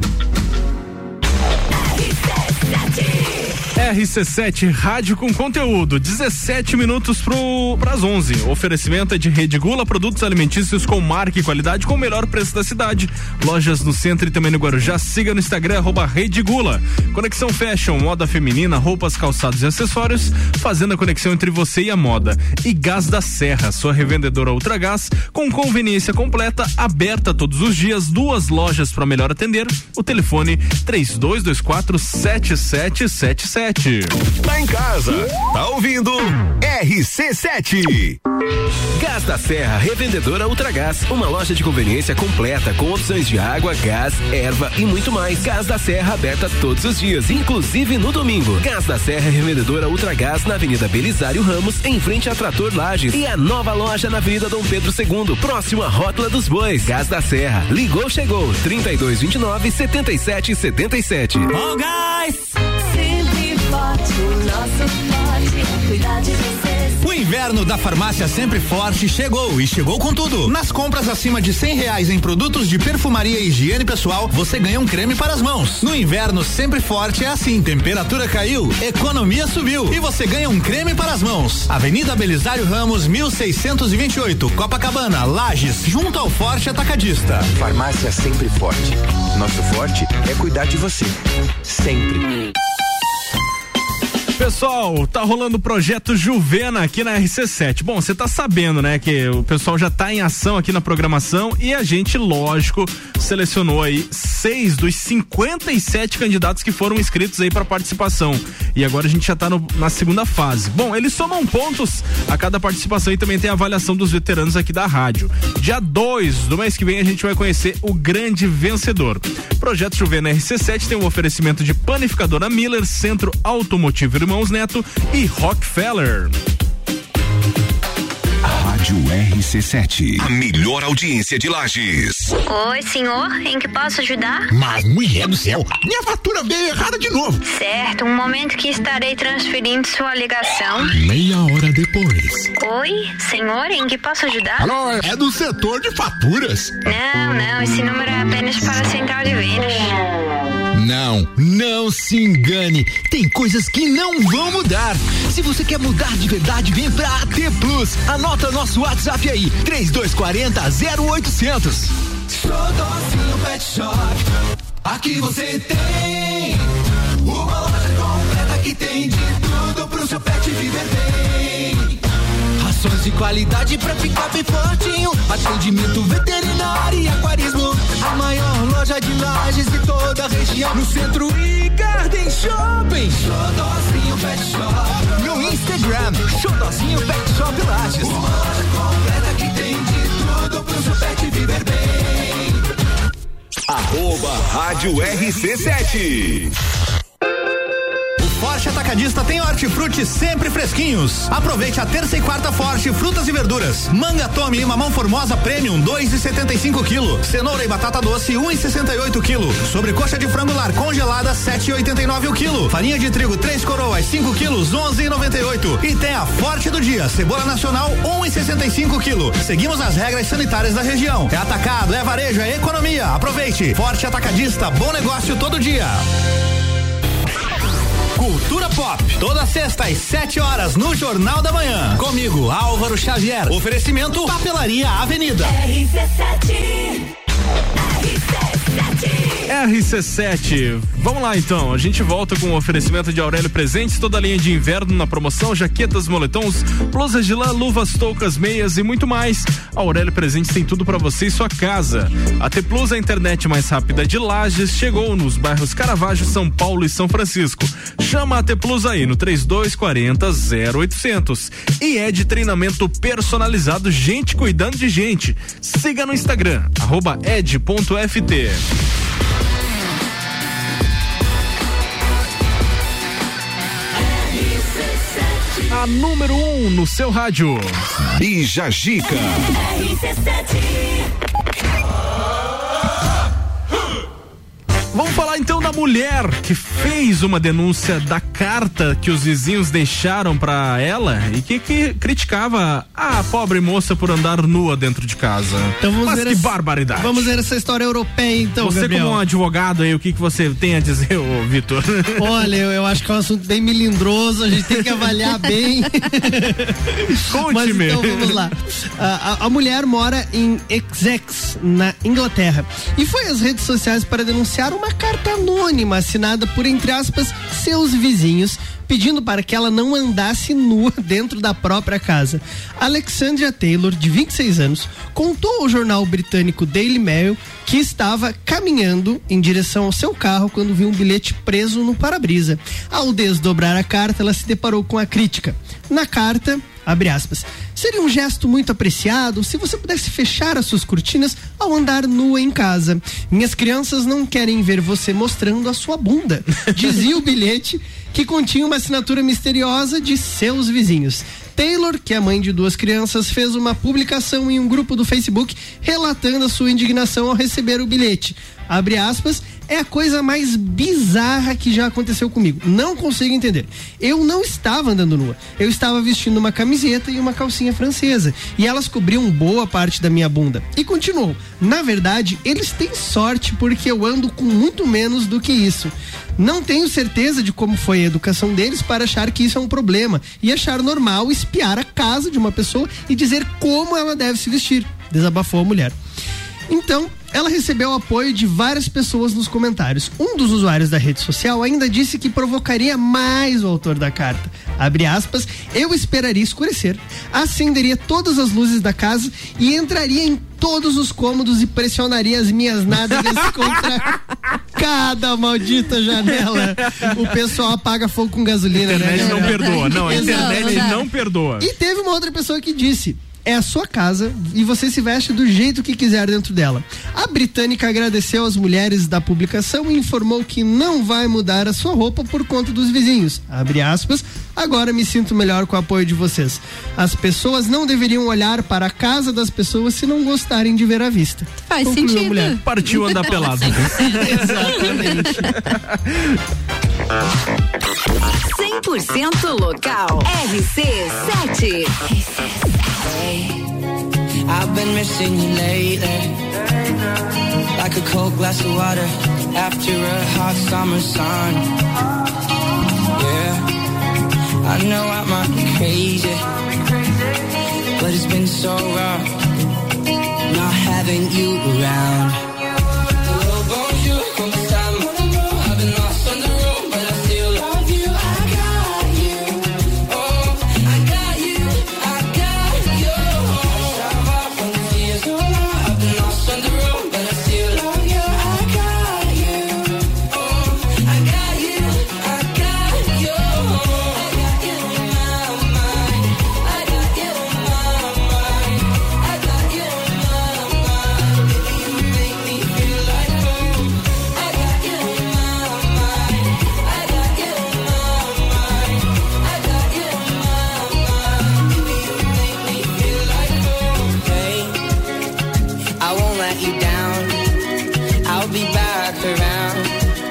RC7 Rádio com conteúdo, 17 minutos pras 11. Oferecimento é de Rede Gula, produtos alimentícios com marca e qualidade com o melhor preço da cidade. Lojas no centro e também no Guarujá. Siga no Instagram @Rede Gula. Conexão Fashion, moda feminina, roupas, calçados e acessórios, fazendo a conexão entre você e a moda. E Gás da Serra, sua revendedora Ultragás, com conveniência completa, aberta todos os dias, 2 lojas para melhor atender. O telefone 3224-7777. RC7. Tá em casa, tá ouvindo RC7. Gás da Serra, revendedora Ultragás, uma loja de conveniência completa com opções de água, gás, erva e muito mais. Gás da Serra aberta todos os dias, inclusive no domingo. Gás da Serra, revendedora Ultragás na Avenida Belisário Ramos, em frente a Trator Lages, e a nova loja na Avenida Dom Pedro II, próximo à Rótula dos Bois. Gás da Serra, ligou, chegou, 3229-7777. Oh, guys! Sempre forte, o nosso forte é cuidar de você. O inverno da Farmácia Sempre Forte chegou e chegou com tudo. Nas compras acima de R$100 em produtos de perfumaria e higiene pessoal, você ganha um creme para as mãos. No inverno Sempre Forte é assim, temperatura caiu, economia subiu e você ganha um creme para as mãos. Avenida Belisário Ramos, 1628, Copacabana, Lages, junto ao Forte Atacadista. Farmácia Sempre Forte. Nosso forte é cuidar de você. Sempre. Pessoal, tá rolando o projeto Juvena aqui na RC7. Bom, você tá sabendo, né, que o pessoal já tá em ação aqui na programação e a gente, lógico, selecionou aí 6 dos 57 candidatos que foram inscritos aí pra participação. E agora a gente já tá na segunda fase. Bom, eles somam pontos a cada participação e também tem a avaliação dos veteranos aqui da rádio. Dia 2 do mês que vem a gente vai conhecer o grande vencedor. Projeto Juvena RC7 tem um oferecimento de Panificadora Miller, Centro Automotivo Irmãos Neto e Rockefeller. Rádio RC7, a melhor audiência de Lages. Oi, senhor, em que posso ajudar? Mas, mulher do céu, minha fatura veio errada de novo. Certo, um momento que estarei transferindo sua ligação. Meia hora depois. Oi, senhor, em que posso ajudar? Alô, é do setor de faturas. Não, esse número é apenas para a central de vendas. Não se engane. Tem coisas que não vão mudar. Se você quer mudar de verdade, vem pra AT Plus. Anota nosso WhatsApp aí, 3240-0800. Xodózinho Pet Shop. Aqui você tem uma loja completa que tem de tudo pro seu pet viver bem. Rações de qualidade pra ficar bem fortinho. Atendimento veterinário e aquarismo. A maior loja de Lages de toda a região. No Centro e Garden Shopping. Xodózinho Pet Shop. No Instagram, Xodózinho Pet Shop Lages. Uma loja completa que tem de tudo pro seu pet viver bem. @Rádio RC7. Forte Atacadista tem hortifruti sempre fresquinhos. Aproveite a terça e quarta Forte frutas e verduras. Manga Tome e mamão formosa premium 2,75 kg. Cenoura e batata doce 1,68 kg. Sobrecoxa de frango lar congelada 7,89 o quilo. Farinha de trigo 3 coroas 5 kg 11,98. E tem a Forte do dia, cebola nacional 1,65 kg. Seguimos as regras sanitárias da região. É atacado, é varejo, é economia. Aproveite. Forte Atacadista, bom negócio todo dia. Cultura Pop, toda sexta às 7 horas no Jornal da Manhã. Comigo, Álvaro Xavier. Oferecimento Papelaria Avenida. RC7, vamos lá então, a gente volta com o oferecimento de Aurélio Presentes, toda a linha de inverno na promoção, jaquetas, moletons, blusas de lã, luvas, toucas, meias e muito mais. A Aurélio Presentes tem tudo pra você e sua casa. A T Plus, a internet mais rápida de Lages, chegou nos bairros Caravaggio, São Paulo e São Francisco. Chama a T Plus aí no 3240-0800. E é de treinamento personalizado, gente cuidando de gente. Siga no Instagram, @ed.ft. A número 1 no seu rádio. Bija Gica. Vamos falar então da mulher que fez uma denúncia da carta que os vizinhos deixaram pra ela e que criticava a pobre moça por andar nua dentro de casa. Então Mas que barbaridade. Vamos ver essa história europeia então, Você Gabriel. como um advogado aí, o que você tem a dizer, Vitor? Olha, eu acho que é um assunto bem melindroso, a gente tem que avaliar bem. Conte-me. Então vamos lá. A mulher mora em Essex, na Inglaterra, e foi às redes sociais para denunciar uma uma carta anônima assinada por, entre aspas, seus vizinhos, pedindo para que ela não andasse nua dentro da própria casa. Alexandria Taylor, de 26 anos, contou ao jornal britânico Daily Mail que estava caminhando em direção ao seu carro quando viu um bilhete preso no para-brisa. Ao desdobrar a carta, ela se deparou com a crítica. Na carta, abre aspas, seria um gesto muito apreciado se você pudesse fechar as suas cortinas ao andar nua em casa. Minhas crianças não querem ver você mostrando a sua bunda, dizia o bilhete, que continha uma assinatura misteriosa de seus vizinhos. Taylor, que é mãe de 2 crianças, fez uma publicação em um grupo do Facebook relatando a sua indignação ao receber o bilhete. Abre aspas, é a coisa mais bizarra que já aconteceu comigo. Não consigo entender. Eu não estava andando nua. Eu estava vestindo uma camiseta e uma calcinha francesa. E elas cobriam boa parte da minha bunda. E continuou. Na verdade, eles têm sorte porque eu ando com muito menos do que isso. Não tenho certeza de como foi a educação deles para achar que isso é um problema e achar normal espiar a casa de uma pessoa e dizer como ela deve se vestir, desabafou a mulher. Então, ela recebeu o apoio de várias pessoas nos comentários. Um dos usuários da rede social ainda disse que provocaria mais o autor da carta. Abre aspas, eu esperaria escurecer, acenderia todas as luzes da casa e entraria em todos os cômodos e pressionaria as minhas nádegas contra cada maldita janela. O pessoal apaga fogo com gasolina, né? A internet não perdoa, não, a internet não perdoa. E teve uma outra pessoa que disse, é a sua casa e você se veste do jeito que quiser dentro dela. A britânica agradeceu às mulheres da publicação e informou que não vai mudar a sua roupa por conta dos vizinhos. Abre aspas, agora me sinto melhor com o apoio de vocês. As pessoas não deveriam olhar para a casa das pessoas se não gostarem de ver à vista. Faz sentido. Mulher. Partiu andar pelado. Exatamente. 100% local. RC7. I've been missing you lately, like a cold glass of water after a hot summer sun. Yeah, I know I might be crazy, but it's been so rough not having you around. Hello, bonjour, como está, mon amour? I've been lost on the road, but I still love you. I got you. Oh, I got you. I got you. I've been lost on the road, but I still love you. I got you. Oh, I got you. I got you. I got you in my mind. I got you in my mind. I got you in my mind. Baby, you make me feel like home. I got you in my mind. I got you in my mind. I got you in my mind. Baby, you make me feel like home. Hey, I won't let you down. I'll be back around.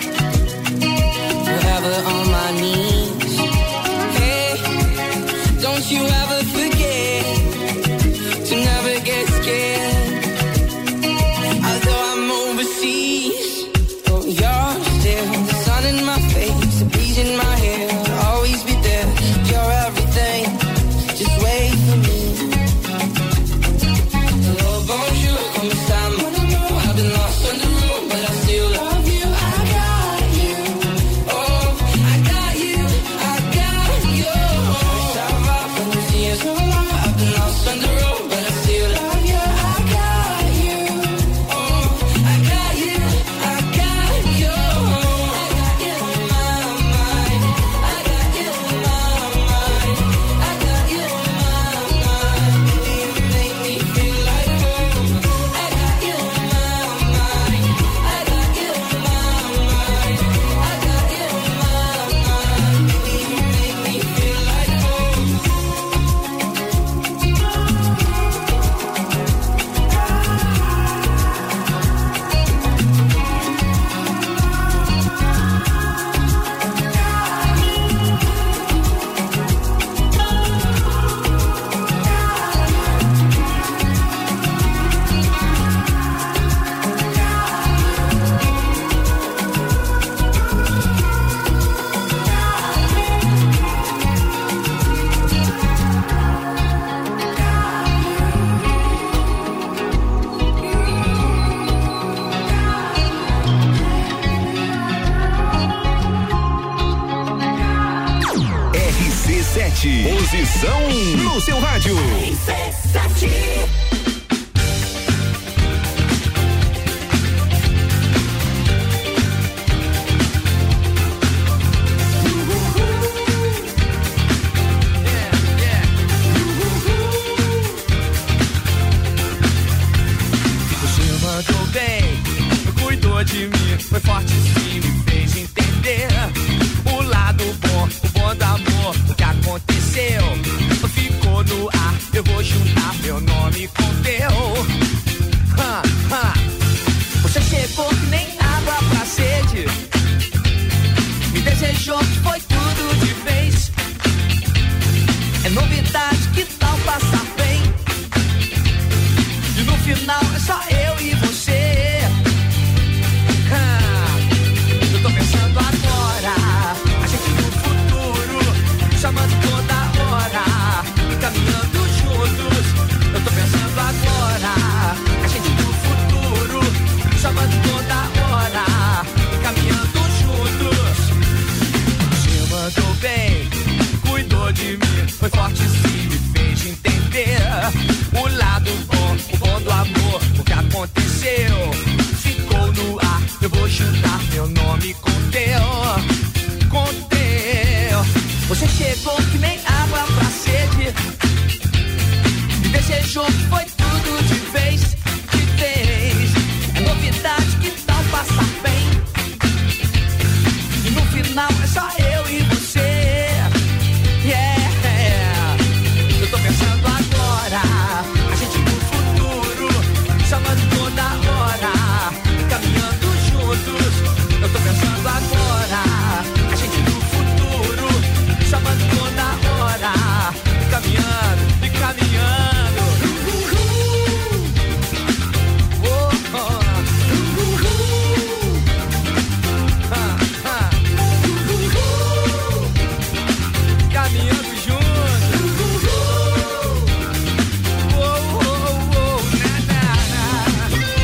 Forever on my knees. Hey, don't you ever forget to never get scared. Although I'm overseas, oh, you're still the sun in my face, the breeze in my hair. I'll always be there. You're everything. Just wait for me. Hello, bonjour, como está, mon amour? I've been lost on the road, but I still love you. I got you. Oh, I got you. I got you. Ça va, quand nous y Posição no seu rádio. Você mandou bem, cuidou de mim, foi forte sim, me fez entender o lado bom, o bom do amor, o que aconteceu, ficou no ar, eu vou juntar meu nome com teu. Você chegou que nem água pra sede, me desejou que foi tudo de vez, é novidade, que tal passar bem, e no final é só eu e você. Eu tô pensando agora, a gente no futuro, chamando toda hora, caminhando juntos. Eu tô pensando agora, a gente no futuro, chamando toda hora, caminhando juntos. Você mandou bem, cuidou de mim, foi forte sim, me fez entender o lado bom, o bom do amor, o que aconteceu, ficou no ar, eu vou juntar meu nome com teu, com teu. Você chegou que nem água pra sede, me desejou que foi tudo de vez, de vez, é novidade, que tal passar bem, e no final é só eu e você. Yeah, eu tô pensando agora, a gente no futuro, chamando toda hora, caminhando juntos. Eu tô pensando agora, a gente no futuro, chamando toda hora, caminhando e caminhando. Oh, oh. Caminhando juntos. Oh, oh, oh, na, na, na.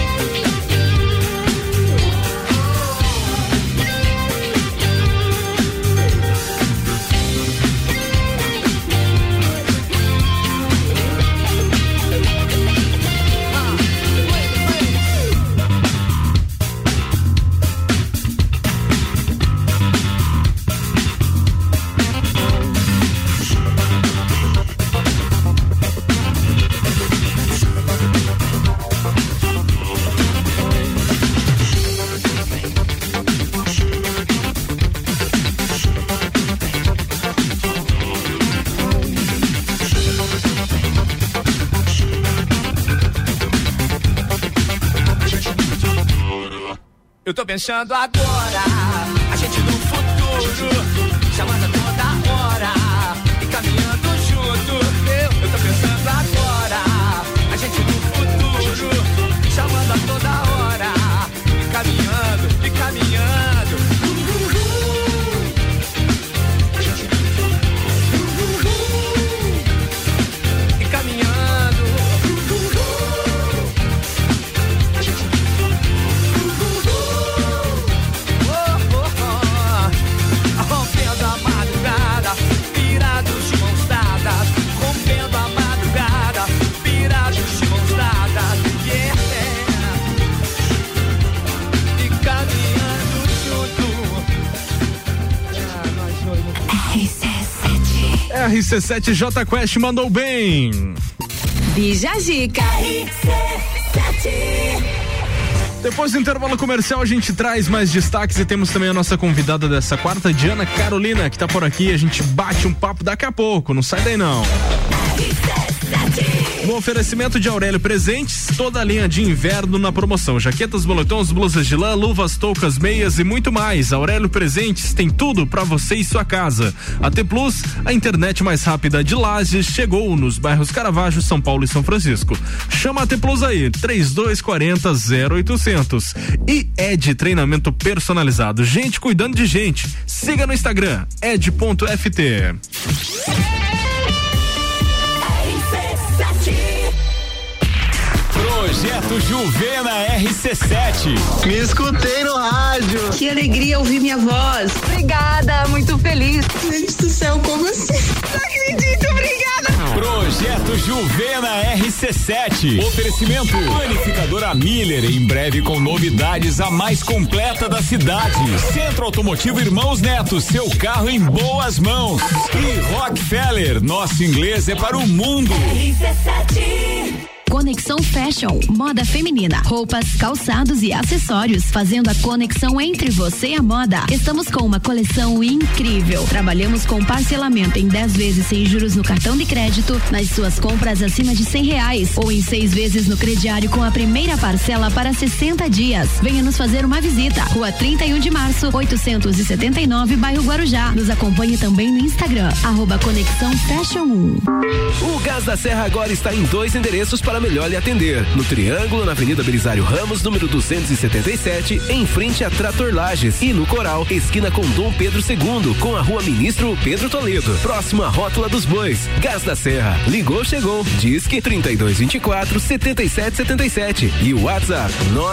Eu tô pensando agora, a gente no futuro, chamando a toda hora e caminhando junto. Eu tô pensando agora, a gente no futuro, chamando a toda hora e caminhando e caminhando. E caminhando. RC7 J Quest mandou bem. Bija Zica. Depois do intervalo comercial a gente traz mais destaques e temos também a nossa convidada dessa quarta, Diana Carolina, que tá por aqui. A gente bate um papo daqui a pouco, não sai daí não. No oferecimento de Aurélio Presentes, toda a linha de inverno na promoção. Jaquetas, boletons, blusas de lã, luvas, toucas, meias e muito mais. Aurélio Presentes tem tudo pra você e sua casa. AT Plus, a internet mais rápida de Lages, chegou nos bairros Caravaggio, São Paulo e São Francisco. Chama a AT Plus aí, 3240-0800. E Ed Treinamento Personalizado. Gente cuidando de gente. Siga no Instagram, ed.ft. Projeto Projeto Juvena RC7. Me escutei no rádio. Que alegria ouvir minha voz. Obrigada, muito feliz. Gente do céu, como assim? Não acredito, obrigada. Projeto Juvena RC7. Oferecimento Panificadora Miller, em breve com novidades, a mais completa da cidade. Centro Automotivo Irmãos Neto, seu carro em boas mãos. E Rockefeller, nosso inglês é para o mundo. RC7. Conexão Fashion, moda feminina, roupas, calçados e acessórios, fazendo a conexão entre você e a moda. Estamos com uma coleção incrível. Trabalhamos com parcelamento em 10 vezes sem juros no cartão de crédito, nas suas compras acima de R$100 ou em 6 vezes no crediário com a primeira parcela para 60 dias. Venha nos fazer uma visita. Rua 31 de Março, 879, bairro Guarujá. Nos acompanhe também no Instagram, @Conexão Fashion 1. O Gás da Serra agora está em 2 endereços para melhor lhe atender. No Triângulo, na Avenida Belisário Ramos, número 277, em frente a Trator Lages. E no Coral, esquina com Dom Pedro II, com a Rua Ministro Pedro Toledo, próximo à Rótula dos Bois. Gás da Serra. Ligou, chegou. Disque 3224-7777. E o WhatsApp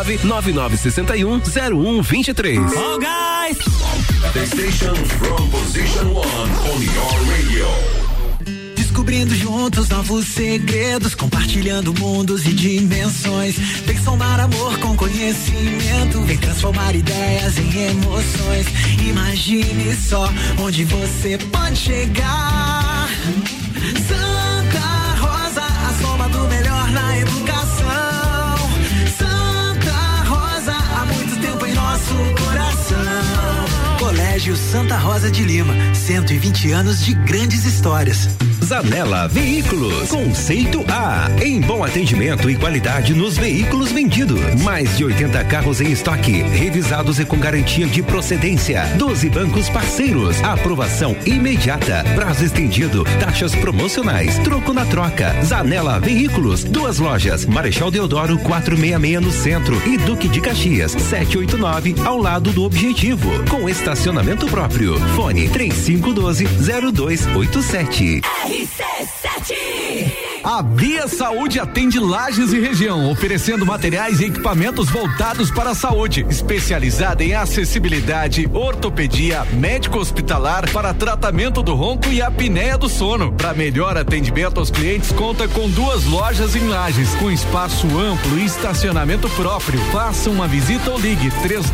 99961-0123. Oh, guys! The station from position 1 on your radio. Descobrindo juntos novos segredos, compartilhando mundos e dimensões. Vem somar amor com conhecimento, vem transformar ideias em emoções. Imagine só onde você pode chegar. Santa Rosa, a soma do melhor na educação. Santa Rosa, há muito tempo em nosso coração. Colégio Santa Rosa de Lima, 120 anos de grandes histórias. Zanela Veículos, conceito A, em bom atendimento e qualidade nos veículos vendidos. Mais de 80 carros em estoque, revisados e com garantia de procedência. 12 bancos parceiros, aprovação imediata, prazo estendido, taxas promocionais, troco na troca. Zanela Veículos, 2 lojas, Marechal Deodoro 466 no centro e Duque de Caxias 789 ao lado do Objetivo, com estacionamento próprio. Fone 3512-0287. A Via Saúde atende Lages e região, oferecendo materiais e equipamentos voltados para a saúde, especializada em acessibilidade, ortopedia, médico hospitalar para tratamento do ronco e apneia do sono. Para melhor atendimento aos clientes, conta com 2 lojas em Lages, com espaço amplo e estacionamento próprio. Faça uma visita ou ligue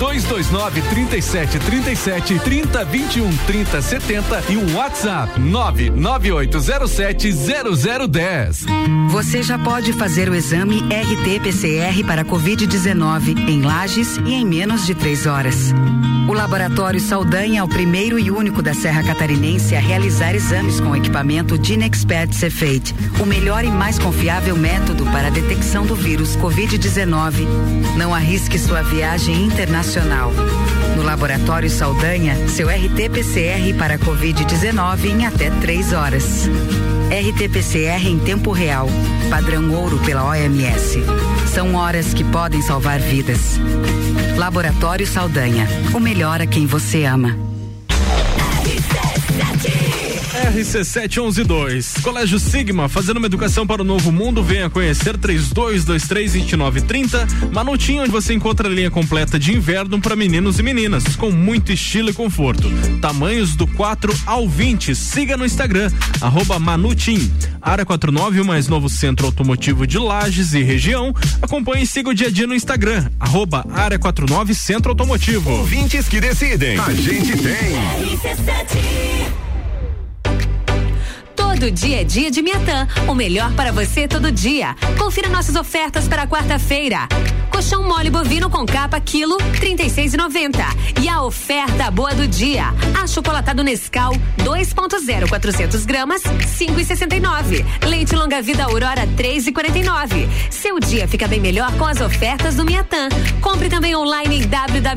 3229-3737, 3021-3070 e um WhatsApp 99807-0010. Você já pode fazer o exame RT-PCR para Covid-19 em Lages e em menos de 3 horas. O Laboratório Saldanha é o primeiro e único da Serra Catarinense a realizar exames com o equipamento Dinexpert Cefate, o melhor e mais confiável método para a detecção do vírus Covid-19. Não arrisque sua viagem internacional. No Laboratório Saldanha, seu RT-PCR para Covid-19 em até 3 horas. RT-PCR em tempo real, padrão ouro pela OMS. São horas que podem salvar vidas. Laboratório Saldanha, o melhor a quem você ama. RC7112. Colégio Sigma, fazendo uma educação para o novo mundo. Venha conhecer 3223-2930. Manutim, onde você encontra a linha completa de inverno para meninos e meninas, com muito estilo e conforto. Tamanhos do 4 ao 20. Siga no Instagram, @Manutim. Área 49, o mais novo centro automotivo de Lages e região. Acompanhe e siga o dia a dia no Instagram, @Área 49 Centro Automotivo. Ouvintes que decidem. A gente tem. Todo dia é dia de Miatã, o melhor para você todo dia. Confira nossas ofertas para quarta-feira. Colchão mole bovino com capa quilo 36,90. E a oferta boa do dia: achocolatado Nescau 2.0 400 gramas 5,69. Leite longa vida Aurora 3,49. Seu dia fica bem melhor com as ofertas do Miatã. Compre também online em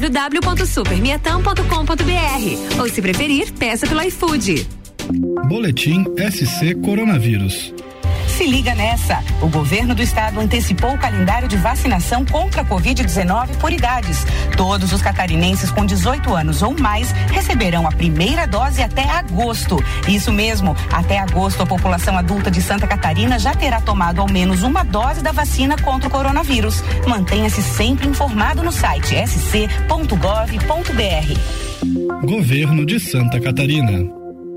www.supermiatã.com.br ou, se preferir, peça pelo iFood. Boletim SC Coronavírus. Se liga nessa. O governo do estado antecipou o calendário de vacinação contra a Covid-19 por idades. Todos os catarinenses com 18 anos ou mais receberão a primeira dose até agosto. Isso mesmo, até agosto a população adulta de Santa Catarina já terá tomado ao menos uma dose da vacina contra o coronavírus. Mantenha-se sempre informado no site sc.gov.br. Governo de Santa Catarina.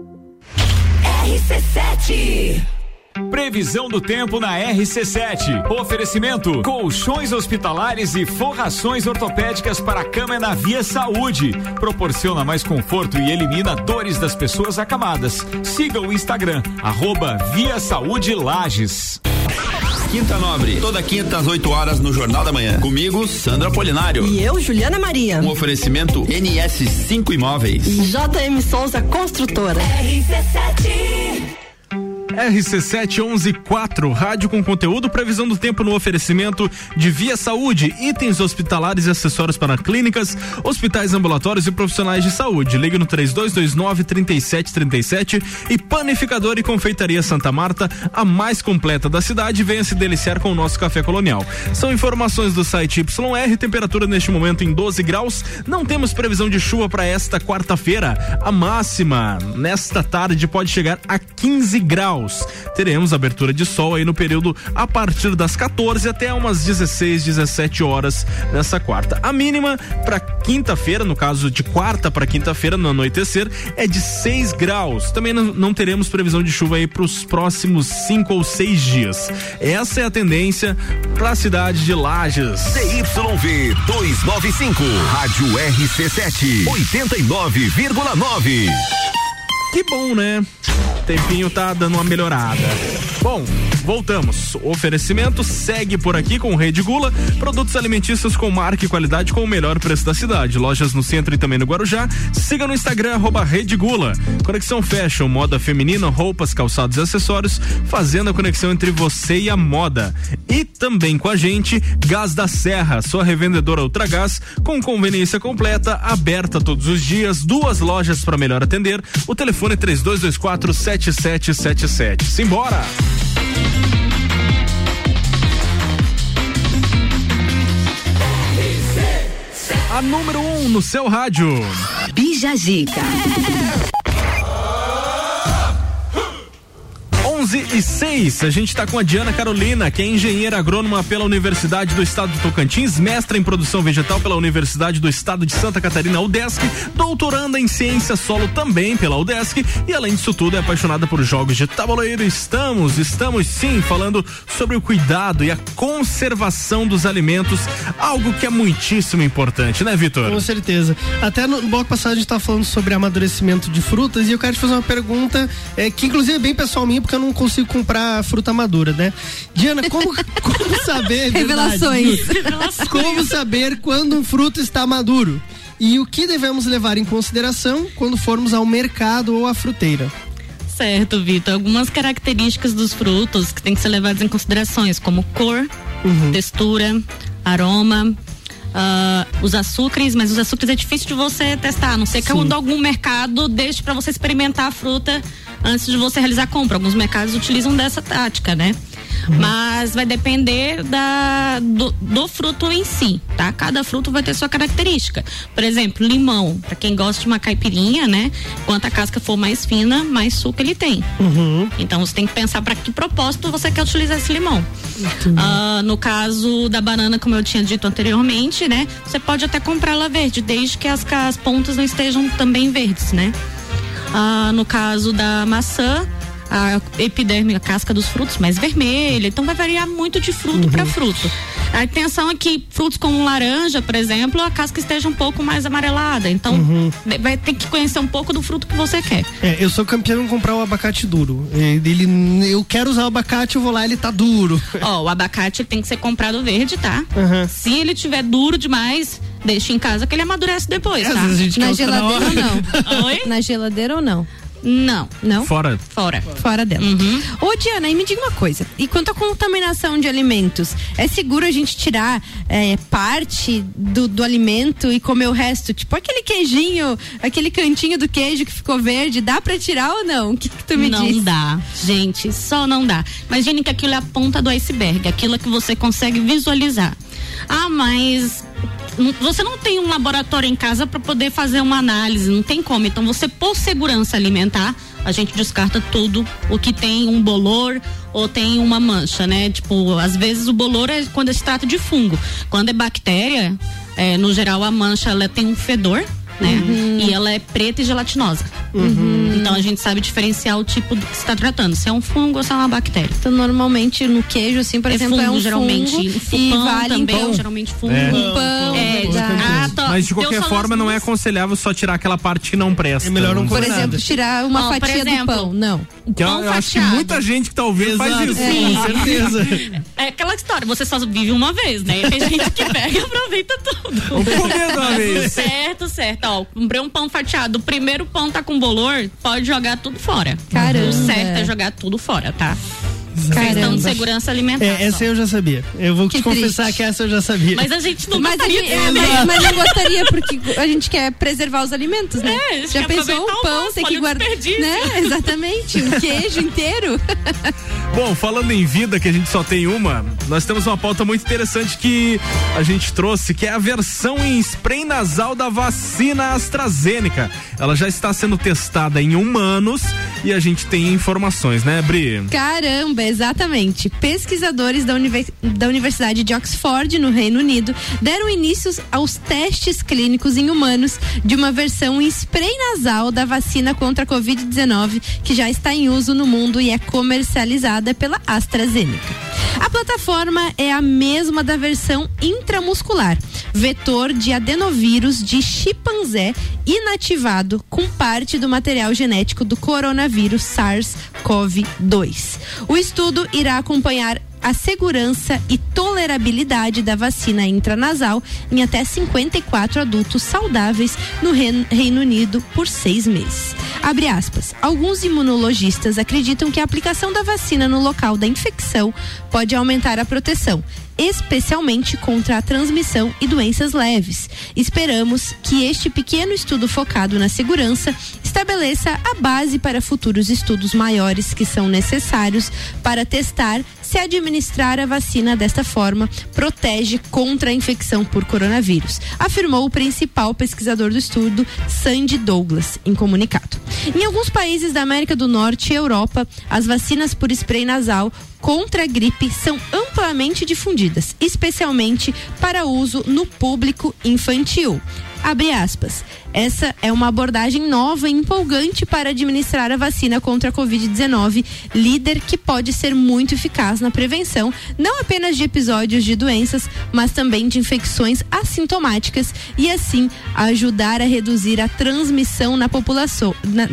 RC7. Previsão do tempo na RC7. Oferecimento: colchões hospitalares e forrações ortopédicas para a cama na Via Saúde. Proporciona mais conforto e elimina dores das pessoas acamadas. Siga o Instagram, @Via Saúde Lages. Quinta Nobre, toda quinta às 8 horas no Jornal da Manhã. Comigo, Sandra Apolinário. E eu, Juliana Maria. Um oferecimento NS5 Imóveis. E JM Souza Construtora. RC7 11/4, rádio com conteúdo, previsão do tempo no oferecimento de Via Saúde, itens hospitalares e acessórios para clínicas, hospitais, ambulatórios e profissionais de saúde. Ligue no 3229-3737 e Panificador e Confeitaria Santa Marta, a mais completa da cidade. Venha se deliciar com o nosso café colonial. São informações do site YR, temperatura neste momento em 12 graus. Não temos previsão de chuva para esta quarta-feira. A máxima nesta tarde pode chegar a 15 graus. Teremos abertura de sol aí no período a partir das 14 até umas 16, 17 horas nessa quarta. A mínima para quinta-feira, no caso de quarta para quinta-feira, no anoitecer, é de 6 graus. Também não teremos previsão de chuva aí para os próximos 5 ou 6 dias. Essa é a tendência para a cidade de Lages. CYV 295, Rádio RC7, 89,9. Que bom, né? Tempinho tá dando uma melhorada. Bom, voltamos. O oferecimento segue por aqui com Rede Gula, produtos alimentícios com marca e qualidade com o melhor preço da cidade. Lojas no centro e também no Guarujá. Siga no Instagram @Rede Gula. Conexão Fashion, moda feminina, roupas, calçados e acessórios, fazendo a conexão entre você e a moda. E também com a gente, Gás da Serra, sua revendedora Ultragás, com conveniência completa, aberta todos os dias, 2 lojas para melhor atender. O telefone é 3224-7777. Simbora! A número 1 no seu rádio. Bija Gica. 11:06, a gente está com a Diana Carolina, que é engenheira agrônoma pela Universidade do Estado de Tocantins, mestra em produção vegetal pela Universidade do Estado de Santa Catarina, UDESC, doutoranda em ciência solo também pela UDESC e além disso tudo é apaixonada por jogos de tabuleiro. Estamos sim falando sobre o cuidado e a conservação dos alimentos, algo que é muitíssimo importante, né, Vitor? Com certeza. Até no bloco passado a gente tá falando sobre amadurecimento de frutas e eu quero te fazer uma pergunta que inclusive é bem pessoal minha, porque eu não consigo comprar fruta madura, né? Diana, como saber Revelações. Como saber quando um fruto está maduro? E o que devemos levar em consideração quando formos ao mercado ou à fruteira? Certo, Vitor. Algumas características dos frutos que tem que ser levadas em considerações, como cor, textura, aroma, os açúcares, mas os açúcares é difícil de você testar, a não ser que quando algum mercado deixe para você experimentar a fruta antes de você realizar a compra. Alguns mercados utilizam dessa tática, né? Mas vai depender do fruto em si, tá? Cada fruto vai ter sua característica. Por exemplo, limão, para quem gosta de uma caipirinha, né? Quanto a casca for mais fina, mais suco ele tem. Então você tem que pensar para que propósito você quer utilizar esse limão. No caso da banana, como eu tinha dito anteriormente, né? Você pode até comprar ela verde, desde que as pontas não estejam também verdes, né? No caso da maçã, a epiderme, a casca dos frutos mais vermelha, então vai variar muito de fruto para fruto. A intenção é que frutos como laranja, por exemplo, a casca esteja um pouco mais amarelada, então vai ter que conhecer um pouco do fruto que você quer. Eu sou campeão em comprar o abacate duro. Eu quero usar o abacate, eu vou lá, ele tá duro. O abacate tem que ser comprado verde, tá? Se ele tiver duro demais, deixa em casa que ele amadurece depois, tá? Na geladeira ou não? Oi? Na geladeira ou não? Não. Não? Fora dela. Ô, Diana, e me diga uma coisa. E quanto à contaminação de alimentos, é seguro a gente tirar parte do alimento e comer o resto? Tipo aquele queijinho, aquele cantinho do queijo que ficou verde, dá pra tirar ou não? O que tu me diz? Não dá, gente, só não dá. Imagine que aquilo é a ponta do iceberg, aquilo que você consegue visualizar. Ah, mas você não tem um laboratório em casa para poder fazer uma análise, não tem como. Então você, por segurança alimentar, a gente descarta tudo o que tem um bolor ou tem uma mancha, né? Tipo, às vezes o bolor é quando se trata de fungo. Quando é bactéria, no geral a mancha ela tem um fedor, né? E ela é preta e gelatinosa. Então a gente sabe diferenciar o tipo que se está tratando, se é um fungo ou se é uma bactéria. Então normalmente no queijo, assim, por exemplo, fungo, é um geralmente, fungo e vale também, pão. Geralmente fungo. Pão. Mas de qualquer forma não é aconselhável só tirar aquela parte que não presta. É melhor não Por exemplo, tirar uma fatia do pão, não. Que eu acho que muita gente que tá ouvindo faz isso. Com certeza. É aquela história, você só vive uma vez, né? Tem gente que pega e aproveita tudo. Vamos comer de uma vez. Certo. Ó, comprei um pão fatiado, o primeiro pão tá com bolor, pode jogar tudo fora. Caramba. O certo é jogar tudo fora, tá? Questão de segurança alimentar. Essa eu já sabia. Eu vou te confessar que essa eu já sabia. Mas a gente não mas não gostaria, porque a gente quer preservar os alimentos, né? Já pensou um pão, tem que guardar, né? Exatamente, um queijo inteiro. Bom, falando em vida, que a gente só tem uma, nós temos uma pauta muito interessante que a gente trouxe, que é a versão em spray nasal da vacina AstraZeneca. Ela já está sendo testada em humanos e a gente tem informações, né, Bri? Caramba, exatamente. Pesquisadores da Universidade de Oxford, no Reino Unido, deram início aos testes clínicos em humanos de uma versão em spray nasal da vacina contra a Covid-19, que já está em uso no mundo e é comercializada pela AstraZeneca. A plataforma é a mesma da versão intramuscular, vetor de adenovírus de chimpanzé inativado com parte do material genético do coronavírus SARS-CoV-2. O estudo irá acompanhar a segurança e tolerabilidade da vacina intranasal em até 54 adultos saudáveis no Reino Unido por 6 meses. Abre aspas. Alguns imunologistas acreditam que a aplicação da vacina no local da infecção pode aumentar a proteção, especialmente contra a transmissão e doenças leves. Esperamos que este pequeno estudo focado na segurança estabeleça a base para futuros estudos maiores que são necessários para testar se administrar a vacina desta forma protege contra a infecção por coronavírus, afirmou o principal pesquisador do estudo, Sandy Douglas, em comunicado. Em alguns países da América do Norte e Europa, as vacinas por spray nasal contra a gripe são amplamente difundidas, especialmente para uso no público infantil. Abre aspas. Essa é uma abordagem nova e empolgante para administrar a vacina contra a Covid-19, líder que pode ser muito eficaz na prevenção, não apenas de episódios de doenças, mas também de infecções assintomáticas e assim ajudar a reduzir a transmissão na população.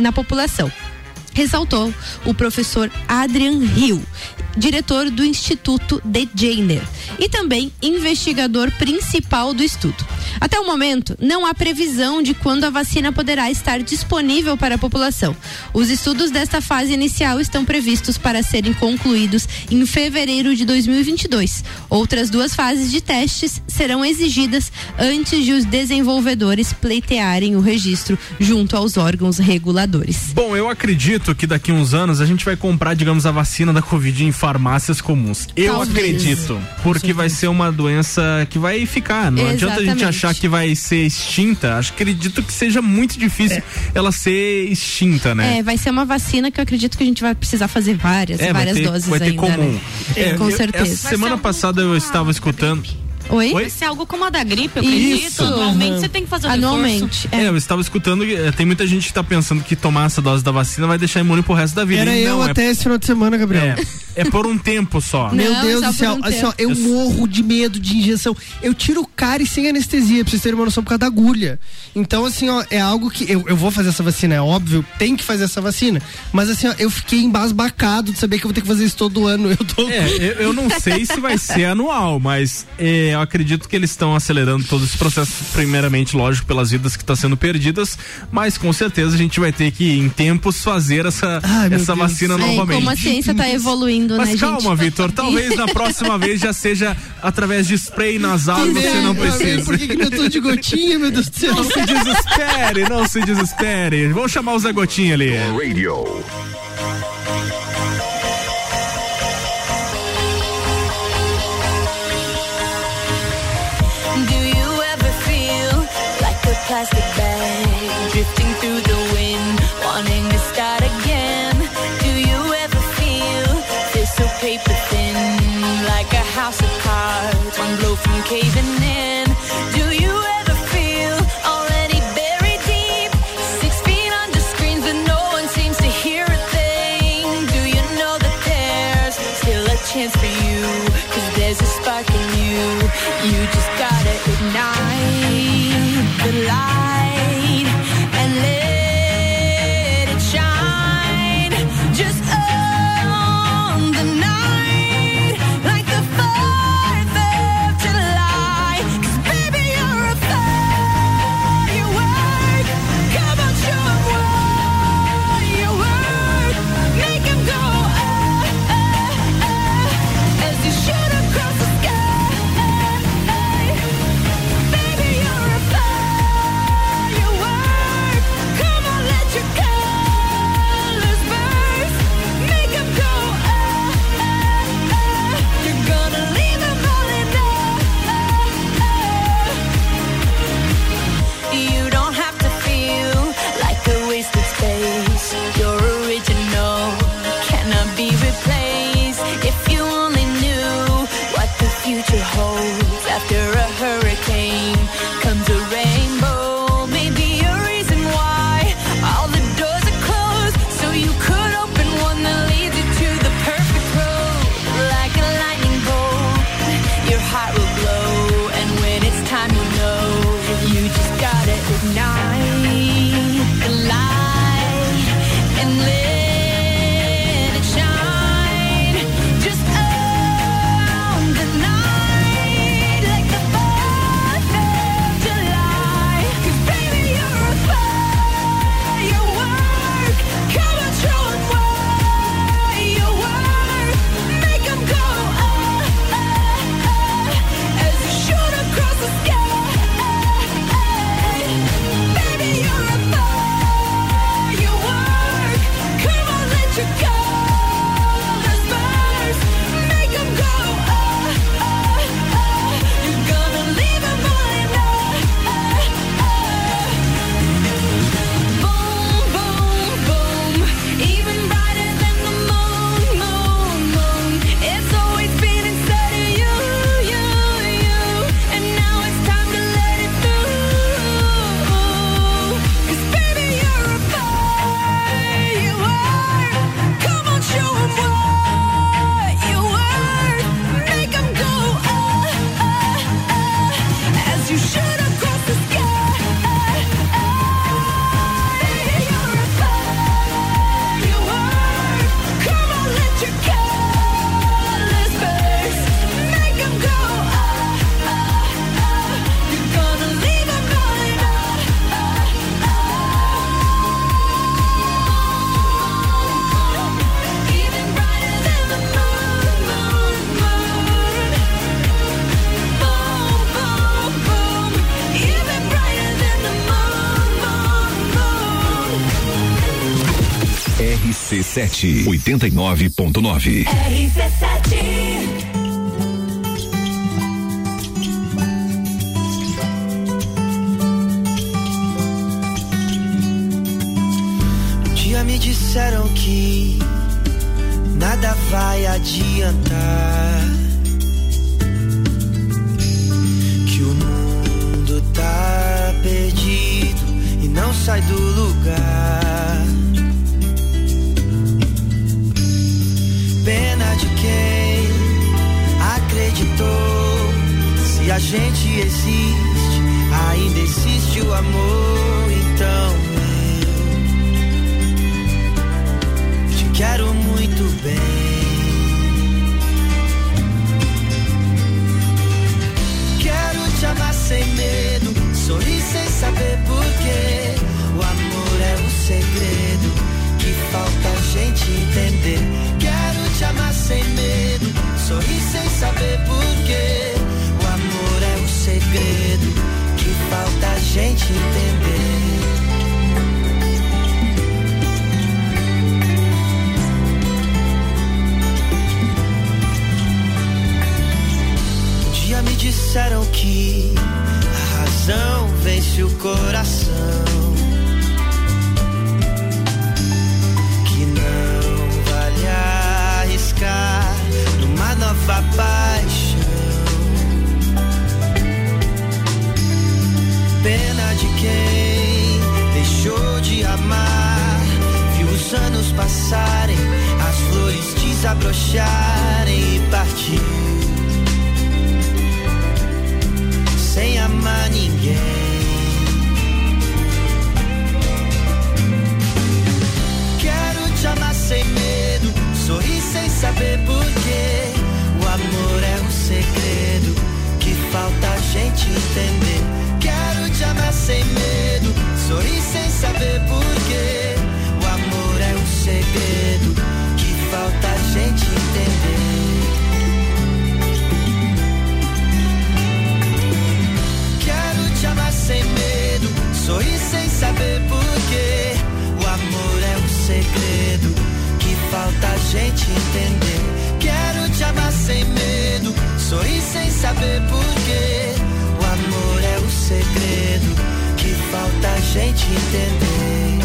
Ressaltou o professor Adrian Hill, diretor do Instituto de Jenner e também investigador principal do estudo. Até o momento, não há previsão de quando a vacina poderá estar disponível para a população. Os estudos desta fase inicial estão previstos para serem concluídos em fevereiro de 2022. Outras 2 fases de testes serão exigidas antes de os desenvolvedores pleitearem o registro junto aos órgãos reguladores. Bom, eu acredito que daqui a uns anos a gente vai comprar, digamos, a vacina da Covid em farmácias comuns. Eu acredito, porque vai ser uma doença que vai ficar. Não adianta a gente achar que vai ser extinta. Acredito que seja muito difícil ela ser extinta, né? Vai ser uma vacina que eu acredito que a gente vai precisar fazer várias doses vai ter ainda, comum. Né? Com certeza. Essa semana passada eu estava escutando. Oi? Vai ser algo como a da gripe, eu acredito. Isso. Anualmente você tem que fazer o anualmente. Eu estava escutando, tem muita gente que está pensando que tomar essa dose da vacina vai deixar imune pro resto da vida. Era eu até esse final de semana, Gabriel. É por um tempo só. Meu Deus do céu, assim, ó, eu morro de medo de injeção. Eu tiro o cárie sem anestesia, pra vocês terem uma noção, por causa da agulha. Então, assim, ó, é algo que eu vou fazer essa vacina, é óbvio, tem que fazer essa vacina. Mas assim, ó, eu fiquei embasbacado de saber que eu vou ter que fazer isso todo ano. Eu não sei se vai ser anual, mas eu acredito que eles estão acelerando todo esse processo, primeiramente, lógico, pelas vidas que estão sendo perdidas, mas com certeza a gente vai ter que, em tempos, fazer essa vacina novamente. Como a ciência tá evoluindo, mas né, calma, gente? Vitor, talvez na próxima vez já seja através de spray nasal e você não precisa. Por que eu tô de gotinha, meu Deus do céu? Não se desespere. Vamos chamar o Zé Gotinha ali. Radio. Plastic bag drifting through the wind, wanting to start again. Do you ever feel this so paper thin, like a house of cards, one blow from caving in? Do you ever feel already buried deep, 6 feet under screens but no one seems to hear a thing? Do you know that there's still a chance for you, 'cause there's a spark in you, you just gotta ignite the light and let it shine just on the night, like the 4th of July. 'Cause baby, you're a firework. Come on, show 'em what you work. Make 'em go as you shoot across the sky. Baby, you're a firework. Come on, let your colors burst. Make 'em go You're gonna leave 'em all in You don't have to feel like a wasted space. You're original, cannot be replaced. If you only knew what the future holds. After a hurricane comes a rainbow. Maybe a reason why all the doors are closed, so you could open one that leads you to the perfect road. Like a lightning bolt, your heart will glow, and when it's time, you know you just gotta ignite the light and let it shine just on the night, like the 4th of July. 'Cause baby, you're a firework. Come on, show 'em what you work. Make 'em go as you shoot across the sky. Baby, you're a firework. Come on, let your colors burst. Make 'em go You're gonna leave 'em all in Boom, boom, boom. Even brighter than the moon, moon, moon. It's always been inside of you, you, you. And now it's time to let it through. 'Cause baby, you're a firework. Come on, show 'em what you work. Make 'em go as you shoot across the sky. You're a firework. Come on, let your colors burst. Make 'em go You're gonna leave 'em all in Even brighter than the moon, moon, moon. Boom, boom, boom. Even brighter than the moon, moon, moon. RC7 89.9. RC7. Um dia me disseram que nada vai adiantar, que o mundo tá perdido e não sai do lugar. Pena Pena de quem acreditou. Se a gente existe, ainda existe o amor. Então eu te quero muito bem. Quero te amar sem medo, sorrir sem saber porquê. O amor é o segredo que falta a gente entender. Quero te amar sem medo, sorrir sem saber porquê. O amor é o segredo que falta a gente entender. Um dia me disseram que a razão vence o coração, que não vale arriscar numa nova paixão. Pena de quem deixou de amar, viu os anos passarem, as flores desabrocharem e partiu sem amar ninguém. Quero te amar sem medo, sorrir sem saber porquê. O amor é um segredo que falta a gente entender. Quero te amar sem medo, sorrir sem saber porquê. O amor é um segredo que falta a gente entender. Quero te amar sem medo, sorrir sem saber porquê. O amor é um segredo que falta a gente entender. Quero te amar sem medo, sorrir sem saber porquê. O amor é o segredo que falta a gente entender.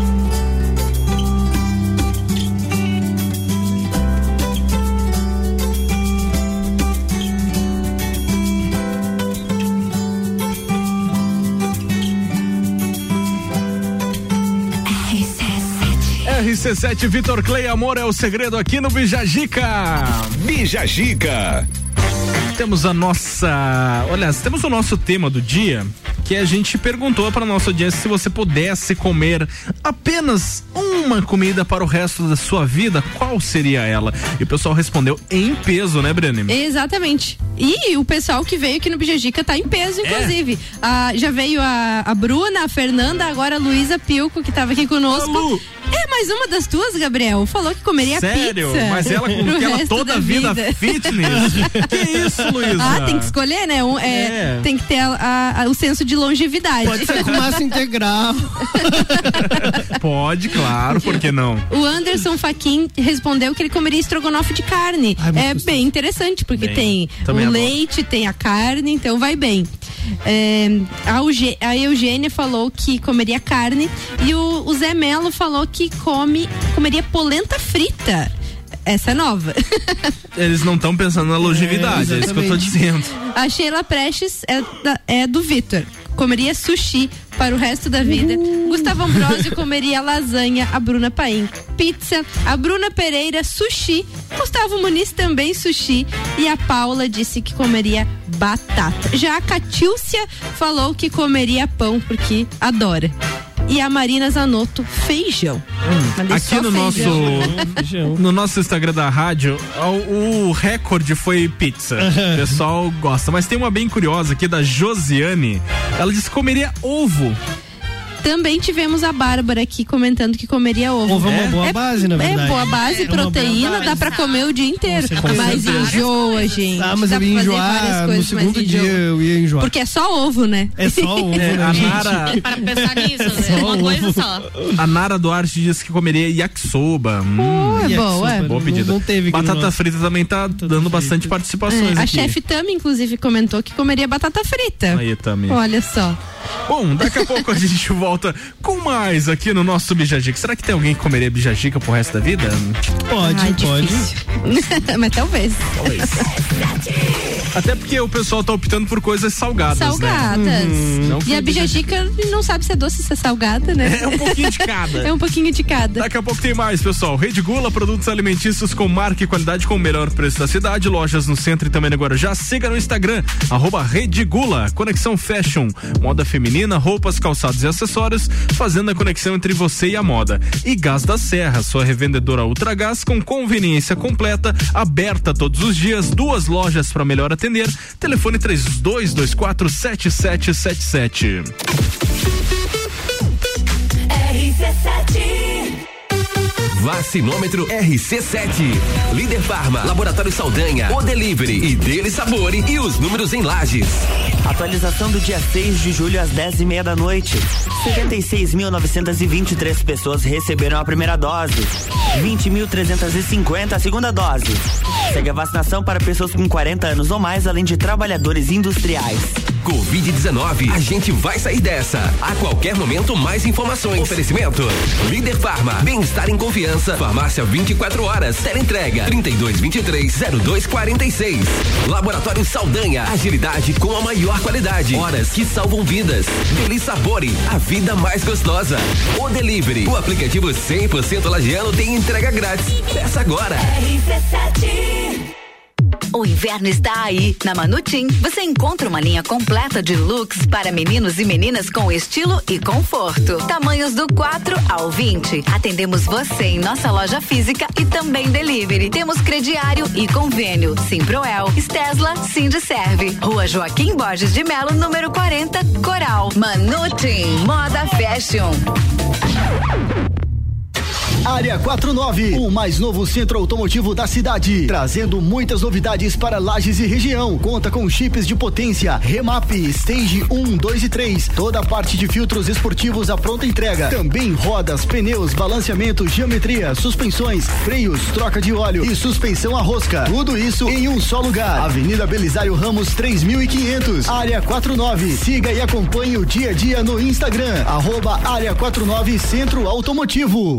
RC7, Vitor Clay, amor é o segredo aqui no Bijagica. Bijagica. Temos a nossa, olha, temos o nosso tema do dia, que a gente perguntou para nossa audiência se você pudesse comer apenas uma comida para o resto da sua vida, qual seria ela? E o pessoal respondeu em peso, né, Breno? Exatamente. E o pessoal que veio aqui no Bijagica tá em peso, inclusive. Já veio a Bruna, a Fernanda, agora a Luísa Pilco, que tava aqui conosco. Lu. É mais uma das tuas, Gabriel. Falou que comeria Sério? pizza. Mas ela com aquela toda a vida fitness. Que isso, Luísa? Tem que escolher, né? Tem que ter o senso de longevidade. Pode ser com massa integral. Pode, claro, por que não? O Anderson Faquin respondeu que ele comeria estrogonofe de carne. É bem interessante, porque tem o leite, tem a carne, então vai bem. A Eugênia falou que comeria carne e o Zé Melo falou que comeria polenta frita. Essa é nova. Eles não estão pensando na longevidade, é isso que eu tô dizendo. A Sheila Prestes é do Vitor. Comeria sushi para o resto da vida. Gustavo Ambrosio comeria lasanha. A Bruna Paim, pizza. A Bruna Pereira, sushi. Gustavo Muniz também sushi. E a Paula disse que comeria batata. Já a Catilcia falou que comeria pão, porque adora. E a Marina Zanotto, feijão. Aqui no nosso Instagram da rádio, o recorde foi pizza. O pessoal gosta. Mas tem uma bem curiosa aqui da Josiane. Ela disse que comeria ovo. Também tivemos a Bárbara aqui comentando que comeria ovo. Ovo é uma boa base, na verdade. É boa base, proteína, dá pra comer o dia inteiro. Mas enjoa, gente. Mas eu ia enjoar, no segundo dia eu ia enjoar. Porque é só ovo, né? É só ovo, né, a Nara... Para pensar nisso, é uma coisa só. A Nara Duarte disse que comeria yakisoba. É boa. Boa pedida. Não teve batata frita também tá dando bastante participações aqui. A chefe Tami, inclusive, comentou que comeria batata frita. Aí, Tami. Olha só. Bom, daqui a pouco a gente volta volta com mais aqui no nosso Bijagica. Será que tem alguém que comeria Bijagica pro resto da vida? Pode. Mas talvez. Até porque o pessoal tá optando por coisas salgadas, né? E a Bijagica não sabe se é doce ou se é salgada, né? É um pouquinho de cada. É um pouquinho de cada. Daqui a pouco tem mais, pessoal. Rede Gula, produtos alimentícios com marca e qualidade com o melhor preço da cidade. Lojas no centro e também na Guarujá. Siga no Instagram, @Rede Gula. Conexão Fashion, moda feminina, roupas, calçados e acessórios, fazendo a conexão entre você e a moda. E Gás da Serra, sua revendedora Ultragás com conveniência completa, aberta todos os dias, 2 lojas para melhor atender. Telefone 32247777. Vacinômetro RC7, Líder Farma, Laboratório Saldanha, O Delivery e Dele Sabore e os números em Lages. Atualização do dia 6 de julho às 10:30 da noite. 76.923 pessoas receberam a primeira dose. 20.350 a segunda dose. Segue a vacinação para pessoas com 40 anos ou mais, além de trabalhadores industriais. Covid-19, a gente vai sair dessa. A qualquer momento, mais informações. Oferecimento: Líder Farma, bem-estar em confiança. Farmácia 24 horas. Teleentrega 3223-0246. Laboratório Saldanha, agilidade com a maior qualidade. Horas que salvam vidas. Deli Sabore, a vida mais gostosa. O Delivery, o aplicativo 100% lagiano, tem entrega grátis. Peça agora. O inverno está aí. Na Manutim, você encontra uma linha completa de looks para meninos e meninas com estilo e conforto. Tamanhos do 4 ao 20. Atendemos você em nossa loja física e também delivery. Temos crediário e convênio. Simproel, Stesla, Sindiserve. Rua Joaquim Borges de Melo, número 40, Coral. Manutim, moda fashion. Área 49, o mais novo centro automotivo da cidade, trazendo muitas novidades para Lages e região. Conta com chips de potência, remap, stage 1, 2 e 3, toda a parte de filtros esportivos à pronta entrega. Também rodas, pneus, balanceamento, geometria, suspensões, freios, troca de óleo e suspensão a rosca. Tudo isso em um só lugar. Avenida Belisário Ramos 3500, Área 49. Siga e acompanhe o dia a dia no Instagram, @Área 49 Centro Automotivo.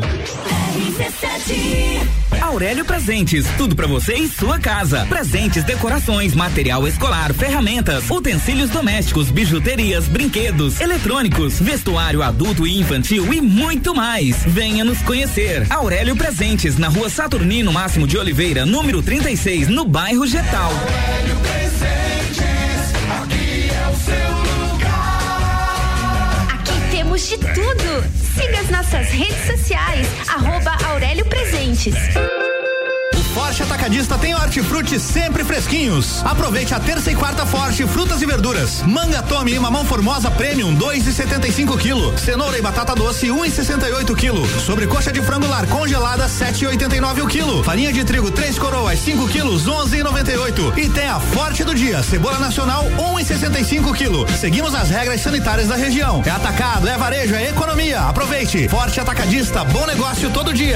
Aurélio Presentes, tudo pra você e sua casa. Presentes, decorações, material escolar, ferramentas, utensílios domésticos, bijuterias, brinquedos, eletrônicos, vestuário adulto e infantil e muito mais. Venha nos conhecer. Aurélio Presentes, na Rua Saturnino Máximo de Oliveira, número 36, no bairro Getal. Aurélio Presentes, aqui é o seu lugar. Aqui temos de tudo. Siga as nossas redes sociais, @Aurélio Presentes. O Forte Atacadista tem hortifruti sempre fresquinhos. Aproveite a terça e quarta Forte Frutas e Verduras. Manga Tome e mamão Formosa Premium 2,75 kg. Cenoura e batata doce 1,68 kg. Sobrecoxa de frango lar congelada 7,89 o quilo. Farinha de trigo 3 coroas 5 quilos 11,98. E tem a Forte do dia, cebola nacional 1,65 kg. Seguimos as regras sanitárias da região. É atacado, é varejo, é economia. Aproveite. Forte Atacadista, bom negócio todo dia.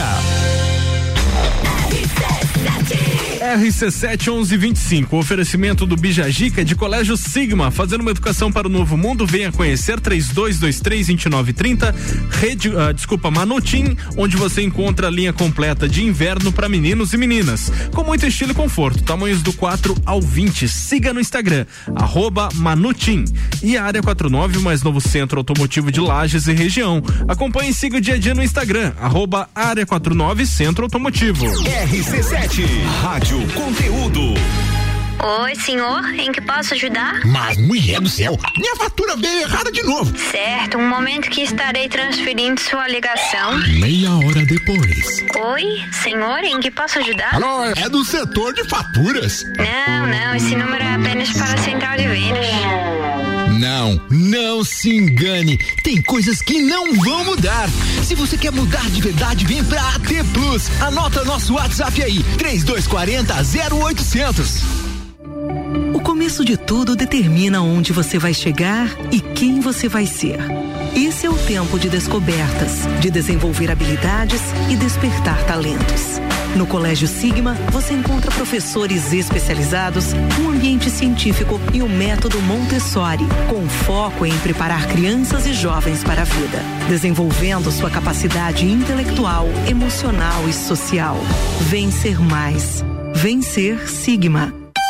RC7 1125, oferecimento do Bijagica de Colégio Sigma, fazendo uma educação para o novo mundo. Venha conhecer 3223-2930, Manutim, onde você encontra a linha completa de inverno para meninos e meninas, com muito estilo e conforto, tamanhos do 4 ao 20. Siga no Instagram, @Manutim. E a Área 49, o mais novo centro automotivo de Lages e região. Acompanhe e siga o dia a dia no Instagram, @Área 49 Centro Automotivo. RC7, Rádio Conteúdo. Oi, senhor, em que posso ajudar? Mas, mulher do céu, minha fatura veio errada de novo. Certo, um momento que estarei transferindo sua ligação. Meia hora depois. Oi, senhor, em que posso ajudar? Alô, é do setor de faturas. Não, esse número é apenas para a central de vendas. Não se engane. Tem coisas que não vão mudar. Se você quer mudar de verdade, vem pra AT Plus. Anota nosso WhatsApp aí, 3240-0800. O começo de tudo determina onde você vai chegar e quem você vai ser. Esse é o tempo de descobertas, de desenvolver habilidades e despertar talentos. No Colégio Sigma, você encontra professores especializados, um ambiente científico e o método Montessori, com foco em preparar crianças e jovens para a vida, desenvolvendo sua capacidade intelectual, emocional e social. Vencer mais. Vencer Sigma.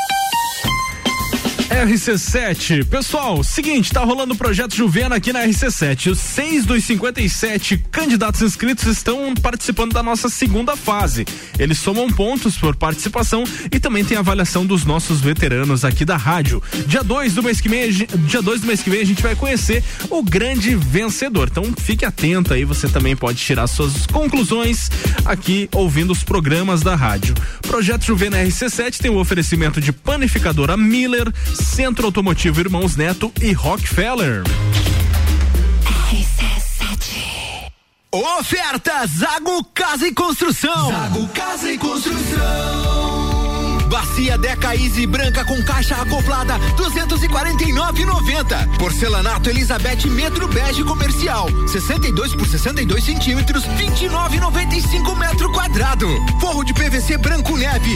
RC7, pessoal, seguinte, tá rolando o projeto Juvena aqui na RC7. Os 6 dos 57 candidatos inscritos estão participando da nossa segunda fase. Eles somam pontos por participação e também tem a avaliação dos nossos veteranos aqui da rádio. Dia 2 do mês que vem, a gente vai conhecer o grande vencedor. Então fique atento aí, você também pode tirar suas conclusões aqui ouvindo os programas da rádio. Projeto Juvena RC7 tem o oferecimento de Panificadora Miller, Centro Automotivo Irmãos Neto e Rockefeller. Oferta Zago Casa e Construção. Zago Casa e Construção. Bacia Deca Easy branca com caixa acoplada, R$249,90. Porcelanato Elizabeth Metro Bege Comercial, 62 por 62 centímetros, R$29,95 metro quadrado. Forro de PVC branco neve,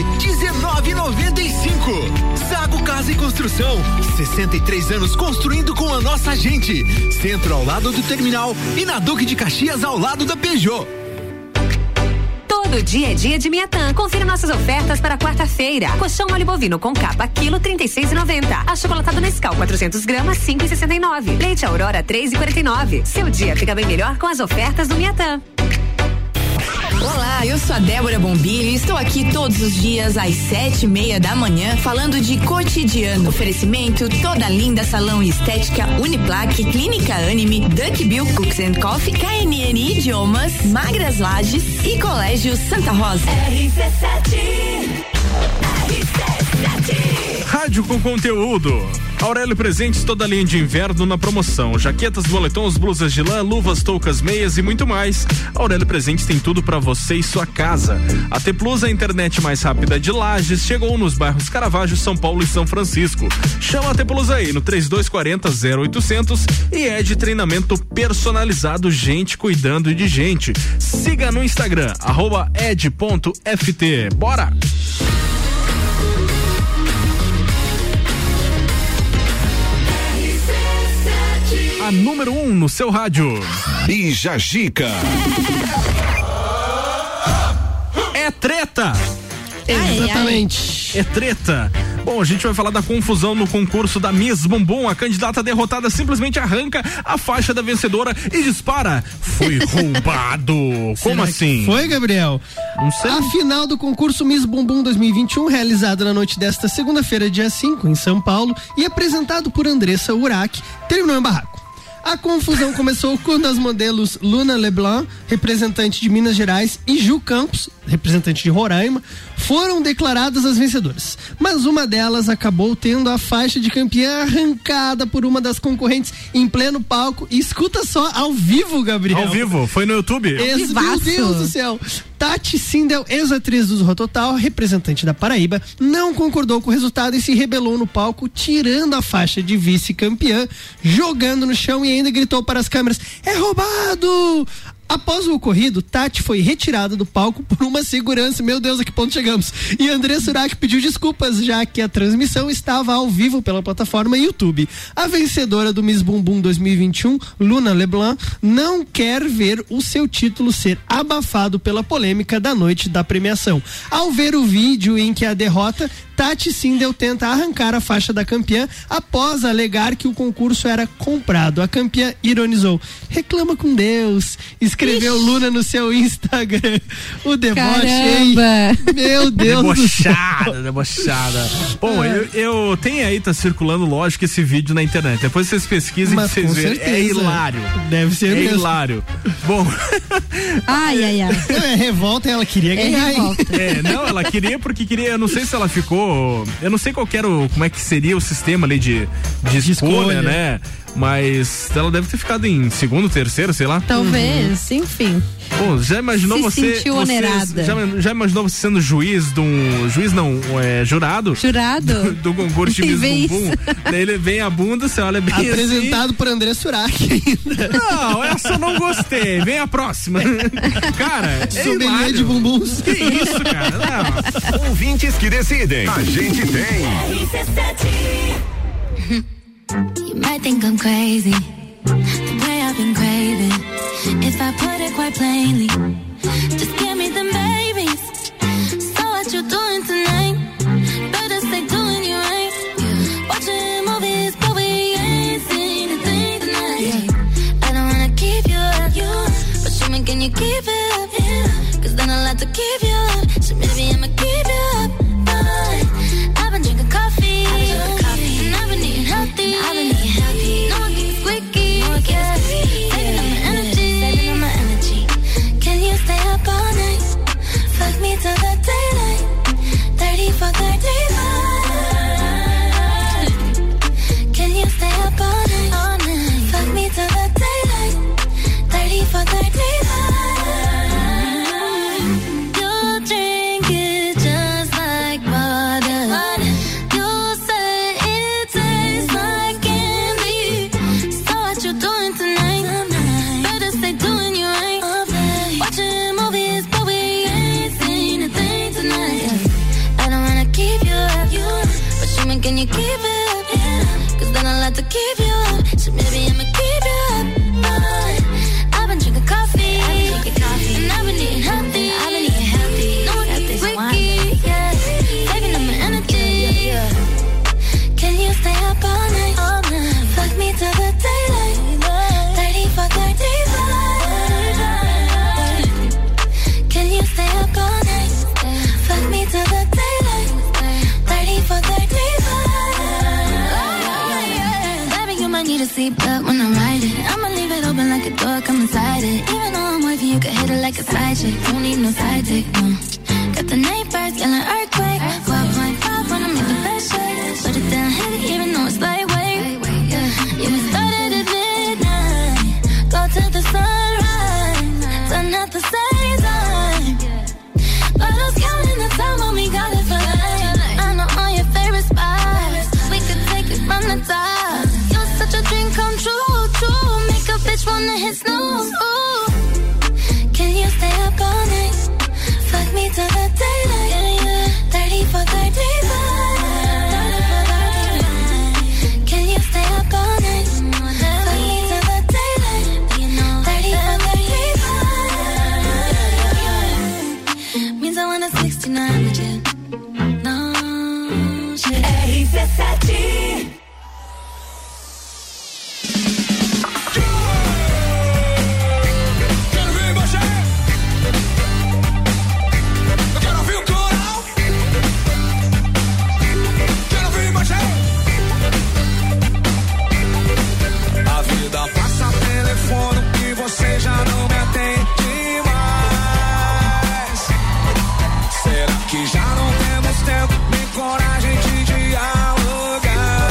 R$19,95. Zago Casa e Construção, 63 anos construindo com a nossa gente. Centro ao lado do terminal e na Duque de Caxias ao lado da Peugeot. Todo dia é dia de Miatã. Confira nossas ofertas para quarta-feira. Colchão mole bovino com capa, quilo R$36,90. Achocolatado Nescau, 400 gramas, R$5,69. Leite Aurora, R$3,49. Seu dia fica bem melhor com as ofertas do Miatã. Olá, eu sou a Débora Bombilho e estou aqui todos os dias às 7:30 da manhã falando de cotidiano. Oferecimento Toda Linda Salão e Estética, Uniplaque, Clínica Anime, Duck Bill Cooks and Coffee, KNN Idiomas, Magras Lages e Colégio Santa Rosa. RC7. Rádio com conteúdo. Aurélio Presentes, toda a linha de inverno na promoção. Jaquetas, moletons, blusas de lã, luvas, toucas, meias e muito mais. Aurélio Presentes tem tudo pra você e sua casa. A T Plus, a internet mais rápida de Lages, chegou nos bairros Caravaggio, São Paulo e São Francisco. Chama a T Plus aí no 3240-0800 e é de treinamento personalizado, gente cuidando de gente. Siga no Instagram, @ed.ft. Bora! A número 1 no seu rádio. Bija Gica. É treta. Exatamente. É treta. Bom, a gente vai falar da confusão no concurso da Miss Bumbum. A candidata derrotada simplesmente arranca a faixa da vencedora e dispara. Foi roubado. Como assim? Foi, Gabriel? Não sei. A final do concurso Miss Bumbum 2021, realizada na noite desta segunda-feira, dia 5, em São Paulo, e apresentado por Andressa Urach, terminou em barraco. A confusão começou quando as modelos Luna Leblanc, representante de Minas Gerais, e Ju Campos, representante de Roraima, foram declaradas as vencedoras. Mas uma delas acabou tendo a faixa de campeã arrancada por uma das concorrentes em pleno palco. E escuta só, ao vivo, Gabriel. Ao vivo? Foi no YouTube? Meu Deus do céu. Tati Sindel, ex-atriz do Zorro Total, representante da Paraíba, não concordou com o resultado e se rebelou no palco, tirando a faixa de vice-campeã, jogando no chão e ainda gritou para as câmeras: "É roubado!" Após o ocorrido, Tati foi retirada do palco por uma segurança. Meu Deus, a que ponto chegamos? E Andressa Urach pediu desculpas, já que a transmissão estava ao vivo pela plataforma YouTube. A vencedora do Miss Bumbum 2021, Luna Leblanc, não quer ver o seu título ser abafado pela polêmica da noite da premiação. Ao ver o vídeo em que a derrota, Tati Sindel tenta arrancar a faixa da campeã após alegar que o concurso era comprado. A campeã ironizou: "Reclama com Deus", escreveu Luna no seu Instagram. O deboche, hein? Meu Deus Debochada. Bom, eu tenho aí, tá circulando, lógico, esse vídeo na internet. Depois vocês pesquisem pra vocês verem. É hilário. Deve ser mesmo. É hilário. Bom. Ai. É revolta, ela queria ganhar. Não, ela queria porque queria, eu não sei se ela ficou, eu não sei como é que seria o sistema ali de escolha, né? Mas ela deve ter ficado em segundo, terceiro, sei lá. Talvez, enfim. Pô, já imaginou Se você. sentiu onerada. Já imaginou você sendo juiz de um. Juiz não, jurado? Jurado? Do concurso de Miss Bumbum. Daí ele vem a bunda, você olha bem. Apresentado assim. por André Surak ainda. Não, essa eu não gostei. Vem a próxima. Cara, sommelier de bumbuns. Que isso, cara? Não. Ouvintes que decidem. A gente tem. You might think I'm crazy, the way I've been craving. If I put it quite plainly, just give me them babies. So what you doing tonight? Better stay doing you right. Watching movies, but we ain't seen a thing tonight. I don't wanna keep you up, but show me, can you keep it up? Cause then I'll have to keep you up. So maybe I'ma keep you up. I've been drinking coffee, and I've been eating healthy. No one gets squeaky, yeah. Saving on my energy. Can you stay up all night? Fuck me till the daylight. 30 for 35. Can you stay up all night? Fuck me till the daylight. 30 for 35. You drink it just like water. You say it tastes like candy. So what you doing tonight? Better stay doing you right. Watching movies, but we ain't seen a thing tonight. I don't wanna keep you up, but show me, can you keep it up? Cause then I'll have to keep you up. So maybe I'ma keep you up. I've been drinking coffee, and I've been eating healthy. No one gets squeaky, yeah. Saving up my energy. Can you stay up all night? Fuck me till the daylight. 30 for 35. Can you stay up all night? Fuck me till the daylight. 30 for 35. Baby, you might need a seatbelt when I'm riding. I'ma leave it open like a door, come inside it. Even though I'm wifey, you can hit it like a side chick. Don't need no side dick, no. Got the neighbors yelling earthquake. 12.5 when I make the best shake. Put it down heavy, even though it's lightweight. Yeah, we started at midnight. Go to the sunrise. Done at the same time. Bottles counting the time when we got it for life. I know all your favorite spots. We could take it from the top. You're such a dream come true, true. Make a bitch wanna hit snooze. Ooh. Can you stay up all night? Fuck me till the daylight. 30 for 35. Can you stay up all night? Fuck me till the daylight. 30 for 35. Means I want a 69 with you. No shit. RC7. A vida passa telefone e você já não me atende mais. Será que já não temos tempo nem coragem de dialogar?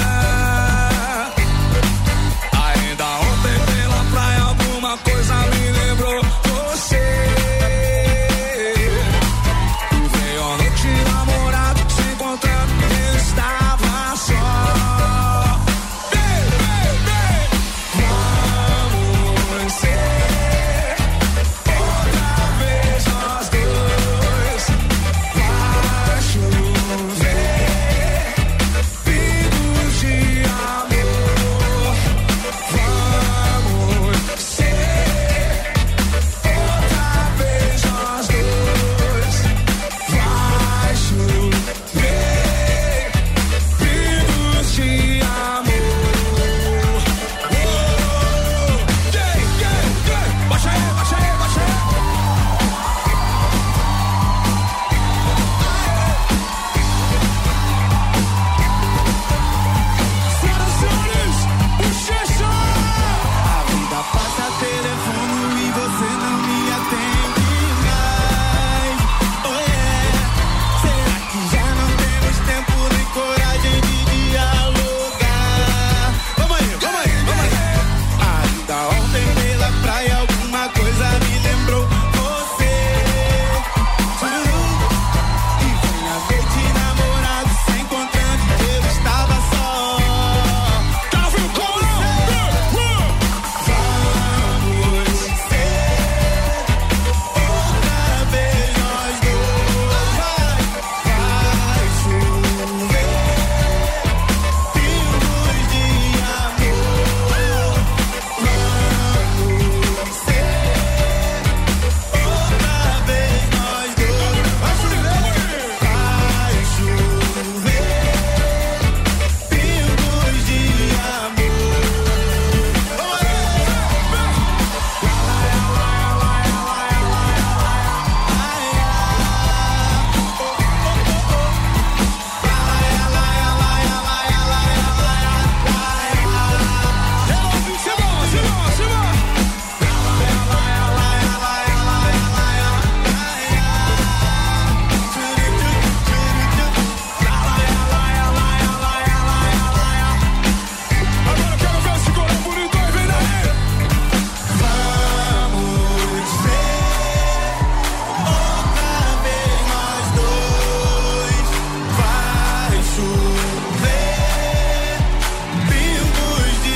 chover pingos de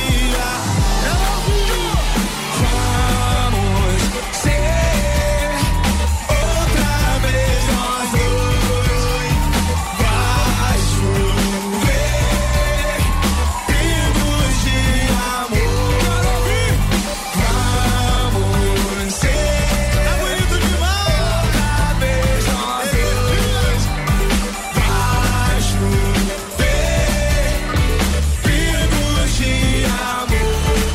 vamos ser outra vez nós dois. Vai chover pingos de amor. Vamos ser bonito demais. Outra vez nós dois. Vai chover pingos de amor.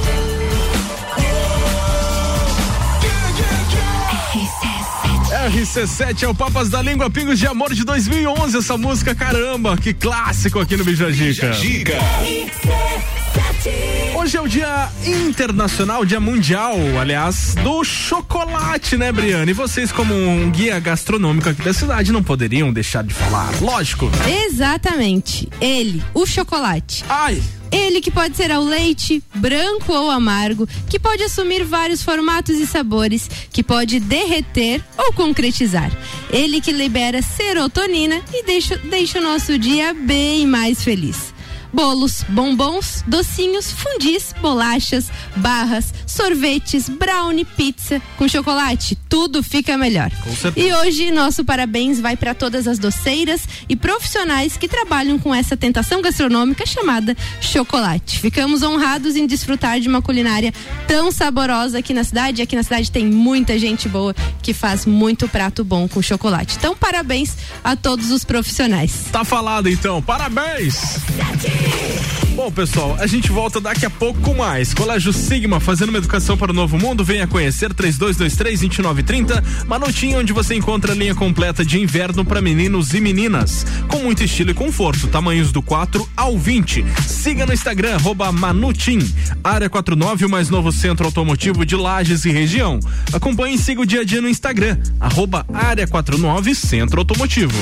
RC7 é o Papas da Língua, Pingos de Amor de 2011, essa música, caramba, que clássico aqui no Bijagica. Hoje é o Dia Internacional, Dia Mundial, aliás, do chocolate, né, Briana? E vocês, como um guia gastronômico aqui da cidade, não poderiam deixar de falar, lógico. Exatamente, ele, o chocolate. Ai! Ele que pode ser ao leite, branco ou amargo, que pode assumir vários formatos e sabores, que pode derreter ou concretizar. Ele que libera serotonina e deixa o nosso dia bem mais feliz. Bolos, bombons, docinhos, fundis, bolachas, barras, sorvetes, brownie, pizza com chocolate, tudo fica melhor. E hoje nosso parabéns vai para todas as doceiras e profissionais que trabalham com essa tentação gastronômica chamada chocolate. Ficamos honrados em desfrutar de uma culinária tão saborosa aqui na cidade. Aqui na cidade tem muita gente boa que faz muito prato bom com chocolate. Então parabéns a todos os profissionais. Tá falado então, parabéns! Bom, pessoal, a gente volta daqui a pouco com mais. Colégio Sigma, fazendo uma educação para o novo mundo. Venha conhecer 3223-2930. Manutim, onde você encontra a linha completa de inverno para meninos e meninas, com muito estilo e conforto, tamanhos do 4 ao 20. Siga no Instagram, @Manutim. Área 49, o mais novo centro automotivo de Lages e região. Acompanhe e siga o dia a dia no Instagram, @Área 49 Centro Automotivo.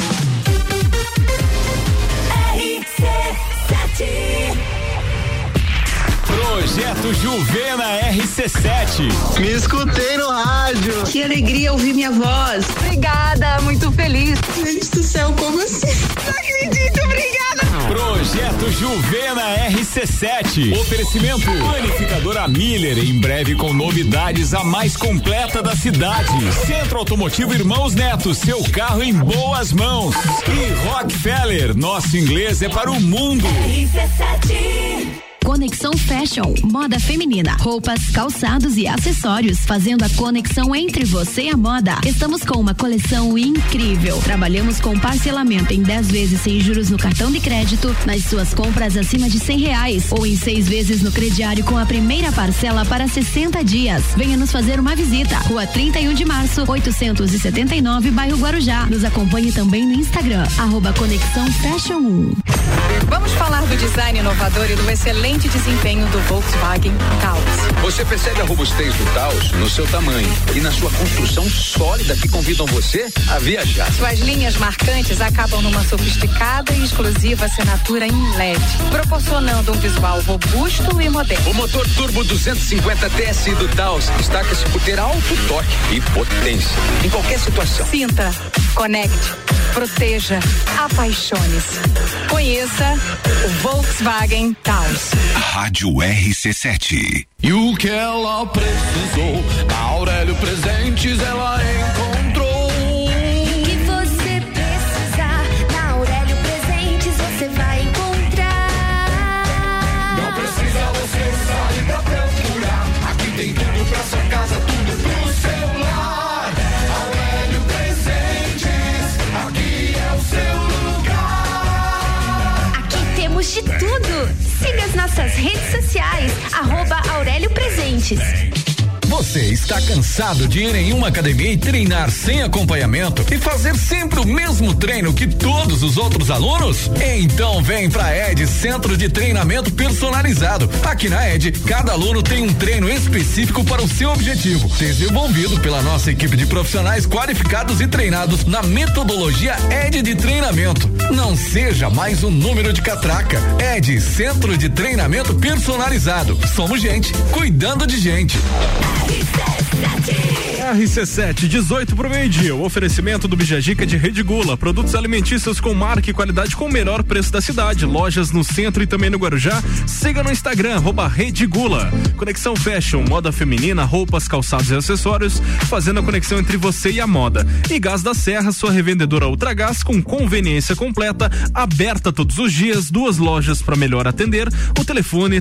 Projeto Juvena RC7. Me escutei no rádio. Que alegria ouvir minha voz. Obrigada, muito feliz. Gente do céu, como assim? Não acredito, obrigada. Projeto Juvena RC7. Oferecimento Panificadora Miller, em breve com novidades, a mais completa da cidade. Centro Automotivo Irmãos Neto, seu carro em boas mãos. E Rockefeller, nosso inglês é para o mundo. RC7. Conexão Fashion, moda feminina, roupas, calçados e acessórios, fazendo a conexão entre você e a moda. Estamos com uma coleção incrível. Trabalhamos com parcelamento em 10 vezes sem juros no cartão de crédito, nas suas compras acima de R$100 ou em 6 vezes no crediário com a primeira parcela para 60 dias. Venha nos fazer uma visita. Rua 31 de Março, 879, bairro Guarujá. Nos acompanhe também no Instagram, @Conexão Fashion 1. Vamos falar do design inovador e do excelente desempenho do Volkswagen Taos. Você percebe a robustez do Taos no seu tamanho e na sua construção sólida que convidam você a viajar. Suas linhas marcantes acabam numa sofisticada e exclusiva assinatura em LED, proporcionando um visual robusto e moderno. O motor turbo 250 TSI do Taos destaca-se por ter alto torque e potência em qualquer situação. Sinta, conecte, proteja, apaixone-se. Conheça o Volkswagen Taos. Rádio RC7. E o que ela precisou, na Aurélio Presentes ela encontrou. O que você precisar, na Aurélio Presentes você vai encontrar. Não precisa você sair pra procurar. Aqui tem tudo pra sua casa, tudo pro celular. Aurélio Presentes, aqui é o seu lugar. Aqui temos de tudo. Siga as nossas redes sociais, @Aurélio Presentes. Você está cansado de ir em uma academia e treinar sem acompanhamento e fazer sempre o mesmo treino que todos os outros alunos? Então vem pra ED, Centro de Treinamento Personalizado. Aqui na ED, cada aluno tem um treino específico para o seu objetivo, desenvolvido pela nossa equipe de profissionais qualificados e treinados na metodologia ED de treinamento. Não seja mais um número de catraca. ED, Centro de Treinamento Personalizado. Somos gente, cuidando de gente. RC7. RC7, 18 pro meio-dia. O oferecimento do Bijagica de Rede Gula. Produtos alimentícios com marca e qualidade com o melhor preço da cidade. Lojas no centro e também no Guarujá. Siga no Instagram, @Rede Gula. Conexão Fashion, moda feminina, roupas, calçados e acessórios, fazendo a conexão entre você e a moda. E Gás da Serra, sua revendedora Ultragás com conveniência completa, aberta todos os dias, 2 lojas para melhor atender. O telefone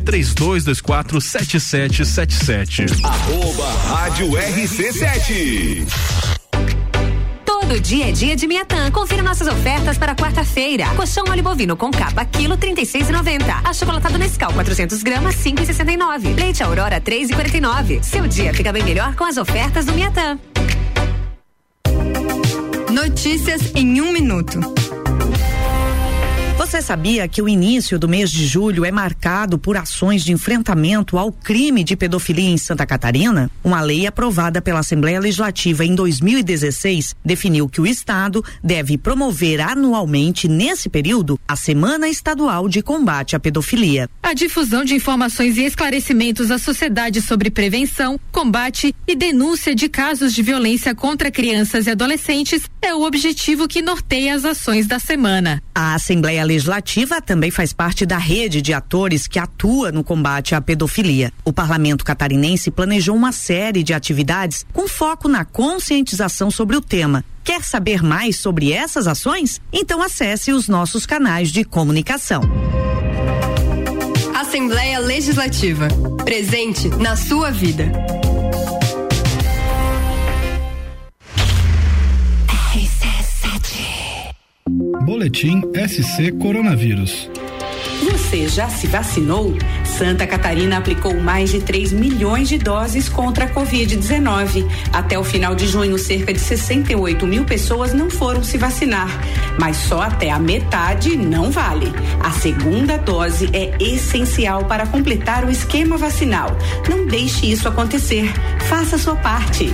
3224-7777. @Rádio RC7. Todo dia é dia de Miatã. Confira nossas ofertas para quarta-feira. Colchão mole bovino com capa, quilo 36,90. Achocolatado Nescau, 400 gramas, 5,69. Leite Aurora, 3,49. Seu dia fica bem melhor com as ofertas do Miatã. Notícias em 1 minuto. Você sabia que o início do mês de julho é marcado por ações de enfrentamento ao crime de pedofilia em Santa Catarina? Uma lei aprovada pela Assembleia Legislativa em 2016 definiu que o Estado deve promover anualmente, nesse período, a Semana Estadual de Combate à Pedofilia. A difusão de informações e esclarecimentos à sociedade sobre prevenção, combate e denúncia de casos de violência contra crianças e adolescentes é o objetivo que norteia as ações da semana. A Assembleia Legislativa também faz parte da rede de atores que atua no combate à pedofilia. O Parlamento catarinense planejou uma série de atividades com foco na conscientização sobre o tema. Quer saber mais sobre essas ações? Então acesse os nossos canais de comunicação. Assembleia Legislativa. Presente na sua vida. Boletim SC Coronavírus. Você já se vacinou? Santa Catarina aplicou mais de 3 milhões de doses contra a Covid-19. Até o final de junho, cerca de 68 mil pessoas não foram se vacinar. Mas só até a metade não vale. A segunda dose é essencial para completar o esquema vacinal. Não deixe isso acontecer. Faça a sua parte.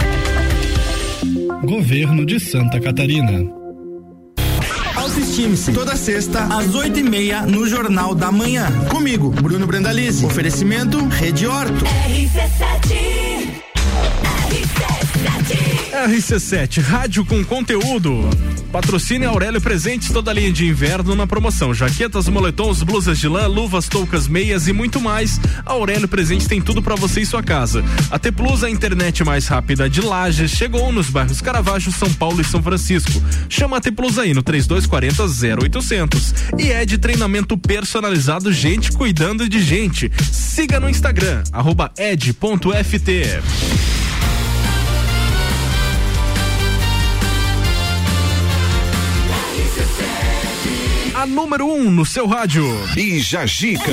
Governo de Santa Catarina. Autoestime-se. Toda sexta, às 8:30, no Jornal da Manhã. Comigo, Bruno Brandalize. Oferecimento Rede Horto. RC7, rádio com conteúdo. Patrocínio Aurélio Presentes, toda a linha de inverno na promoção. Jaquetas, moletons, blusas de lã, luvas, toucas, meias e muito mais. A Aurélio Presentes tem tudo pra você e sua casa. A T Plus, a internet mais rápida de Lages, chegou nos bairros Caravaggio, São Paulo e São Francisco. Chama a T Plus aí no 3240-0800. E é de treinamento personalizado, gente cuidando de gente. Siga no Instagram, @ed.ft. A número 1 no seu rádio. Bijagica.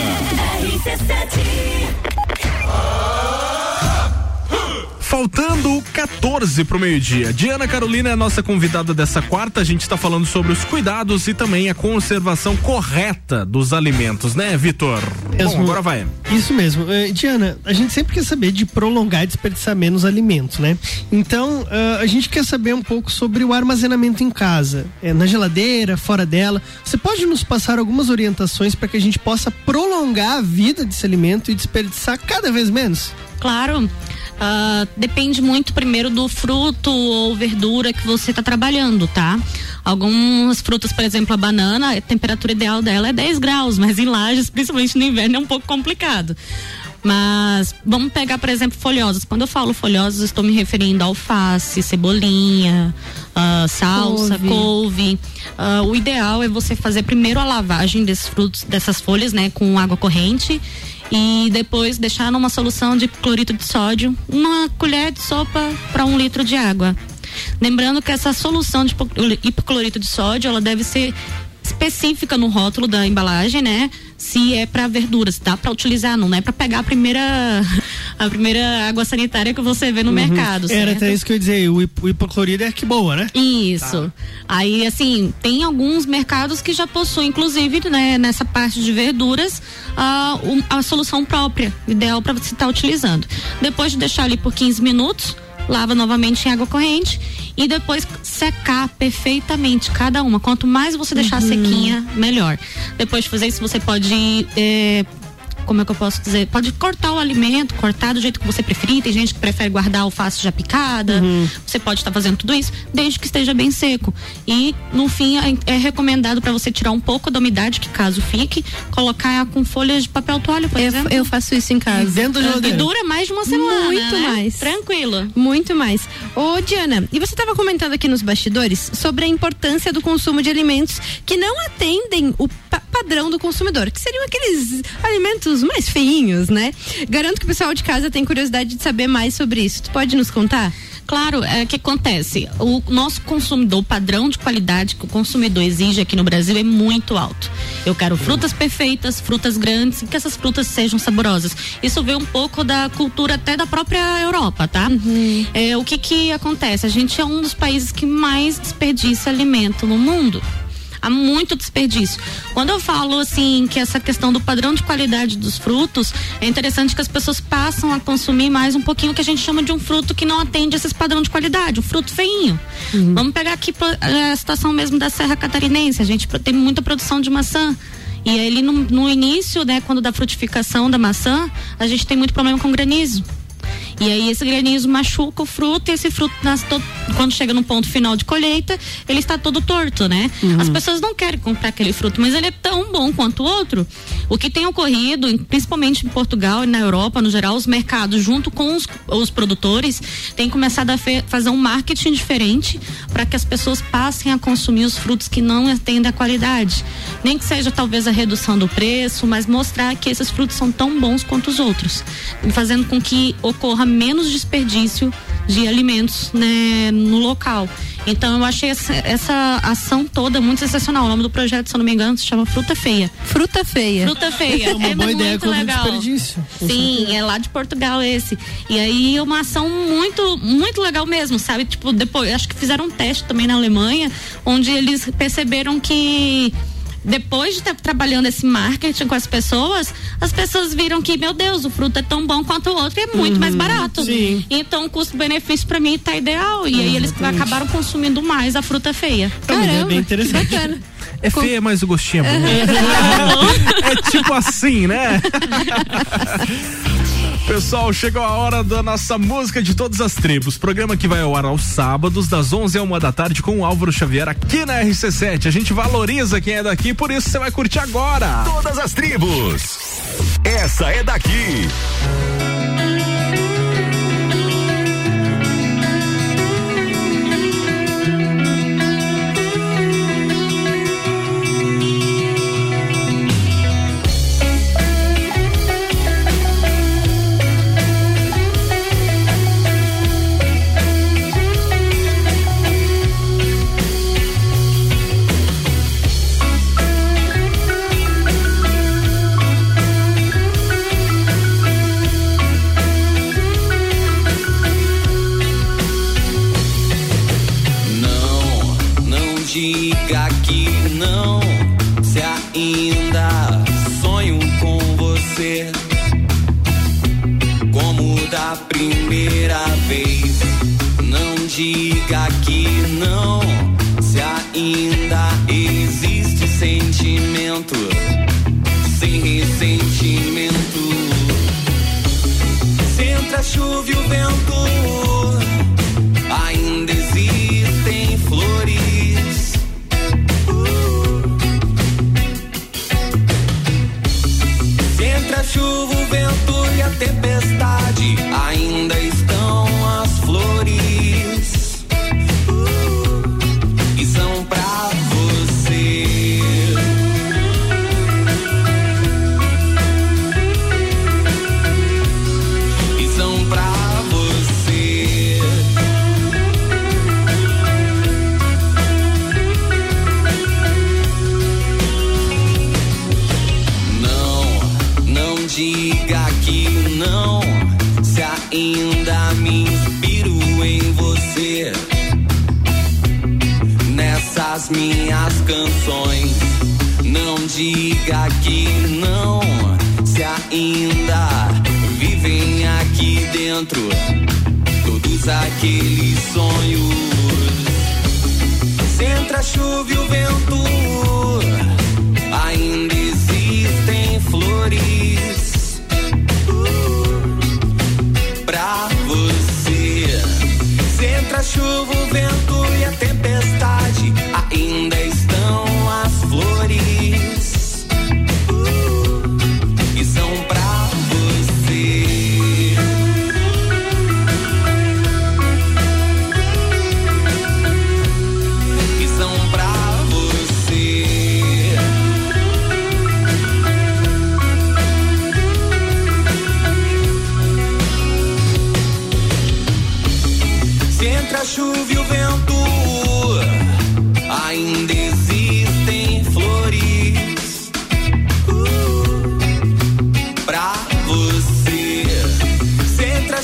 Faltando 14 pro meio-dia. Diana Carolina é a nossa convidada dessa quarta. A gente está falando sobre os cuidados e também a conservação correta dos alimentos, né, Vitor? Bom, agora vai. Isso mesmo. Diana, a gente sempre quer saber de prolongar e desperdiçar menos alimentos, né? Então, a gente quer saber um pouco sobre o armazenamento em casa, na geladeira, fora dela. Você pode nos passar algumas orientações para que a gente possa prolongar a vida desse alimento e desperdiçar cada vez menos? Claro. Depende muito primeiro do fruto ou verdura que você está trabalhando, tá? Algumas frutas, por exemplo, a banana, a temperatura ideal dela é 10 graus, mas em Lages, principalmente no inverno, é um pouco complicado. Mas vamos pegar, por exemplo, folhosas. Quando eu falo folhosas, estou me referindo a alface, cebolinha, salsa, couve. O ideal é você fazer primeiro a lavagem desses frutos, dessas folhas, né, com água corrente. E depois deixar numa solução de cloreto de sódio, uma colher de sopa para 1 litro de água. Lembrando que essa solução de hipoclorito de sódio, ela deve ser específica no rótulo da embalagem, né? Se é para verduras, dá para utilizar, não é para pegar a primeira água sanitária que você vê no mercado, certo? Era até isso que eu ia dizer, o hipoclorito é que boa, né? Isso. Tá. Aí, assim, tem alguns mercados que já possuem, inclusive, né, nessa parte de verduras, a solução própria, ideal para você estar utilizando. Depois de deixar ali por 15 minutos, lava novamente em água corrente e depois secar perfeitamente cada uma. Quanto mais você deixar sequinha, melhor. Depois de fazer isso, você pode como é que eu posso dizer? Pode cortar o alimento, cortar do jeito que você preferir. Tem gente que prefere guardar alface já picada. Você pode estar fazendo tudo isso, desde que esteja bem seco. E no fim é recomendado para você tirar um pouco da umidade, que caso fique, colocar com folhas de papel toalha, por exemplo. Eu faço isso em casa. Dentro da E dura mais de uma semana. Muito mais. Tranquilo. Muito mais. Ô, Diana, e você estava comentando aqui nos bastidores sobre a importância do consumo de alimentos que não atendem o padrão do consumidor, que seriam aqueles alimentos mais feinhos, né? Garanto que o pessoal de casa tem curiosidade de saber mais sobre isso. Tu pode nos contar? Claro, o que acontece? O nosso consumidor, o padrão de qualidade que o consumidor exige aqui no Brasil é muito alto. Eu quero frutas perfeitas, frutas grandes, e que essas frutas sejam saborosas. Isso veio um pouco da cultura até da própria Europa, tá? O que acontece? A gente é um dos países que mais desperdiça alimento no mundo. Há muito desperdício. Quando eu falo assim que essa questão do padrão de qualidade dos frutos, é interessante que as pessoas passam a consumir mais um pouquinho o que a gente chama de um fruto que não atende esses padrões de qualidade, um fruto feinho. Vamos pegar aqui a situação mesmo da Serra Catarinense. A gente tem muita produção de maçã. E aí no início, né, quando da frutificação da maçã, a gente tem muito problema com granizo. E aí esse granizo machuca o fruto, e esse fruto quando chega no ponto final de colheita, ele está todo torto, né? As pessoas não querem comprar aquele fruto, mas ele é tão bom quanto o outro. O que tem ocorrido, principalmente em Portugal e na Europa, no geral, os mercados, junto com os produtores, têm começado a fazer um marketing diferente para que as pessoas passem a consumir os frutos que não atendem a qualidade. Nem que seja talvez a redução do preço, mas mostrar que esses frutos são tão bons quanto os outros, fazendo com que ocorra menos desperdício de alimentos, né, no local. Então eu achei essa ação toda muito sensacional. O nome do projeto, se eu não me engano, se chama Fruta Feia. Fruta Feia. Fruta Feia. É uma boa ideia contra o desperdício. Sim, é lá de Portugal esse. E aí é uma ação muito, muito legal mesmo, sabe? Tipo, depois, acho que fizeram um teste também na Alemanha, onde eles perceberam que depois de estar trabalhando esse marketing com as pessoas viram que, meu Deus, o fruto é tão bom quanto o outro e é muito mais barato. Sim. Então o custo-benefício pra mim tá ideal. E aí eles acabaram consumindo mais a fruta feia. Caramba, é bem interessante. Que bacana. É feia, mas o gostinho é bom. É tipo assim, né? Pessoal, chegou a hora da nossa música de todas as tribos. Programa que vai ao ar aos sábados, das 11 à 1 da tarde, com o Álvaro Xavier aqui na RC7. A gente valoriza quem é daqui, por isso você vai curtir agora. Todas as tribos. Essa é daqui. Diga que não, se ainda sonho com você, como da primeira vez. Não diga que não, se ainda existe sentimento, sem ressentimento. Se entre a chuva e o vento, ainda existem flores. Entre a chuva, o vento e a tempestade, ainda estão as flores, e são pra você. E são pra você. Não diga que não, se ainda me inspiro em você, nessas minhas canções. Não diga que não, se ainda vivem aqui dentro todos aqueles sonhos. Se entre a chuva e o vento ainda existem flores,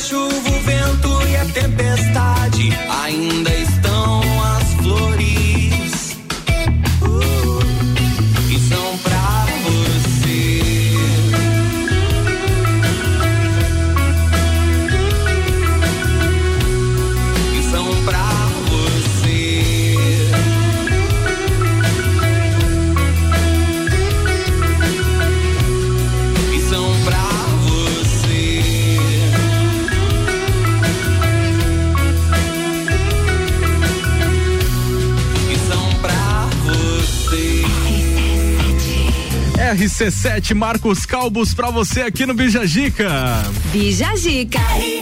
chuva, o vento e a tempestade, ainda estão as flores. E são pra você. E são pra você. E são pra você. E são pra você. RC7 Marcos Calbos pra você aqui no Bijagica. Bijagica.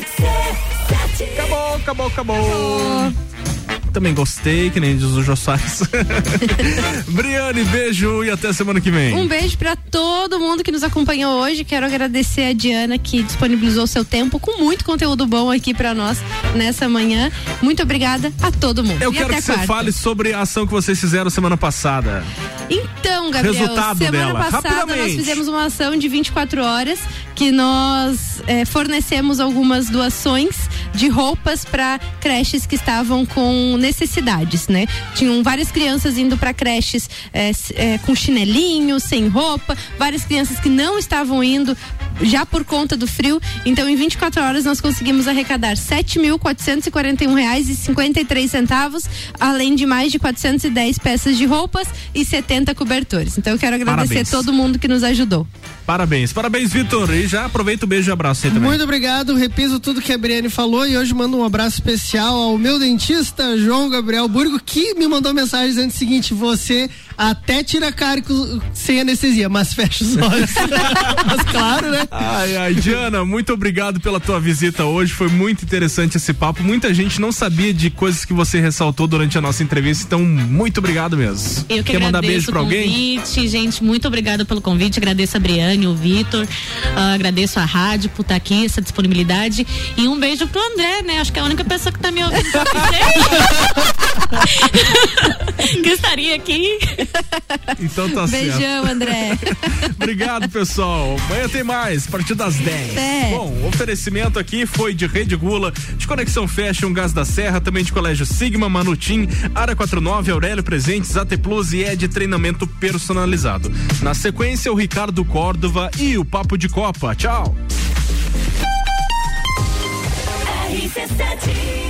Acabou. Também gostei, que nem diz o Jô Soares. Briane, beijo e até semana que vem. Um beijo pra todo mundo que nos acompanhou hoje. Quero agradecer a Diana que disponibilizou seu tempo com muito conteúdo bom aqui pra nós nessa manhã. Muito obrigada a todo mundo. Eu quero que você fale sobre a ação que vocês fizeram semana passada. Então, Gabriel, Resultado semana dela, passada nós fizemos uma ação de 24 horas que nós fornecemos algumas doações de roupas para creches que estavam com necessidades, né? Tinham várias crianças indo para creches com chinelinho, sem roupa, várias crianças que não estavam indo já por conta do frio. Então, em 24 horas nós conseguimos arrecadar R$7.441,53, além de mais de 410 peças de roupas e 70 cobertores. Então, eu quero agradecer todo mundo que nos ajudou. Parabéns, Vitor. E já aproveita o beijo e abraço aí também. Muito obrigado, repiso tudo que a Briane falou e hoje mando um abraço especial ao meu dentista, João Gabriel Burgo, que me mandou mensagem dizendo o seguinte: você até tira cárico sem anestesia, mas fecha os olhos. Mas claro, né? Ai, Diana, muito obrigado pela tua visita hoje, foi muito interessante esse papo, muita gente não sabia de coisas que você ressaltou durante a nossa entrevista, então muito obrigado mesmo. Eu que Quer mandar beijo pra alguém? Convite, gente, muito obrigada pelo convite, agradeço a Briane, o Vitor, agradeço a rádio por estar aqui, essa disponibilidade, e um beijo pro André, né, acho que é a única pessoa que tá me ouvindo que estaria aqui. Então tá certo. Beijão, André. Obrigado, pessoal. Amanhã tem mais, a partir das 10. Bom, o oferecimento aqui foi de Rede Gula, de Conexão Fashion, Gás da Serra, também de Colégio Sigma, Manutim, Área 49, Aurélio Presentes, AT Plus e de treinamento personalizado. Na sequência, o Ricardo Córdova e o Papo de Copa. Tchau. RC7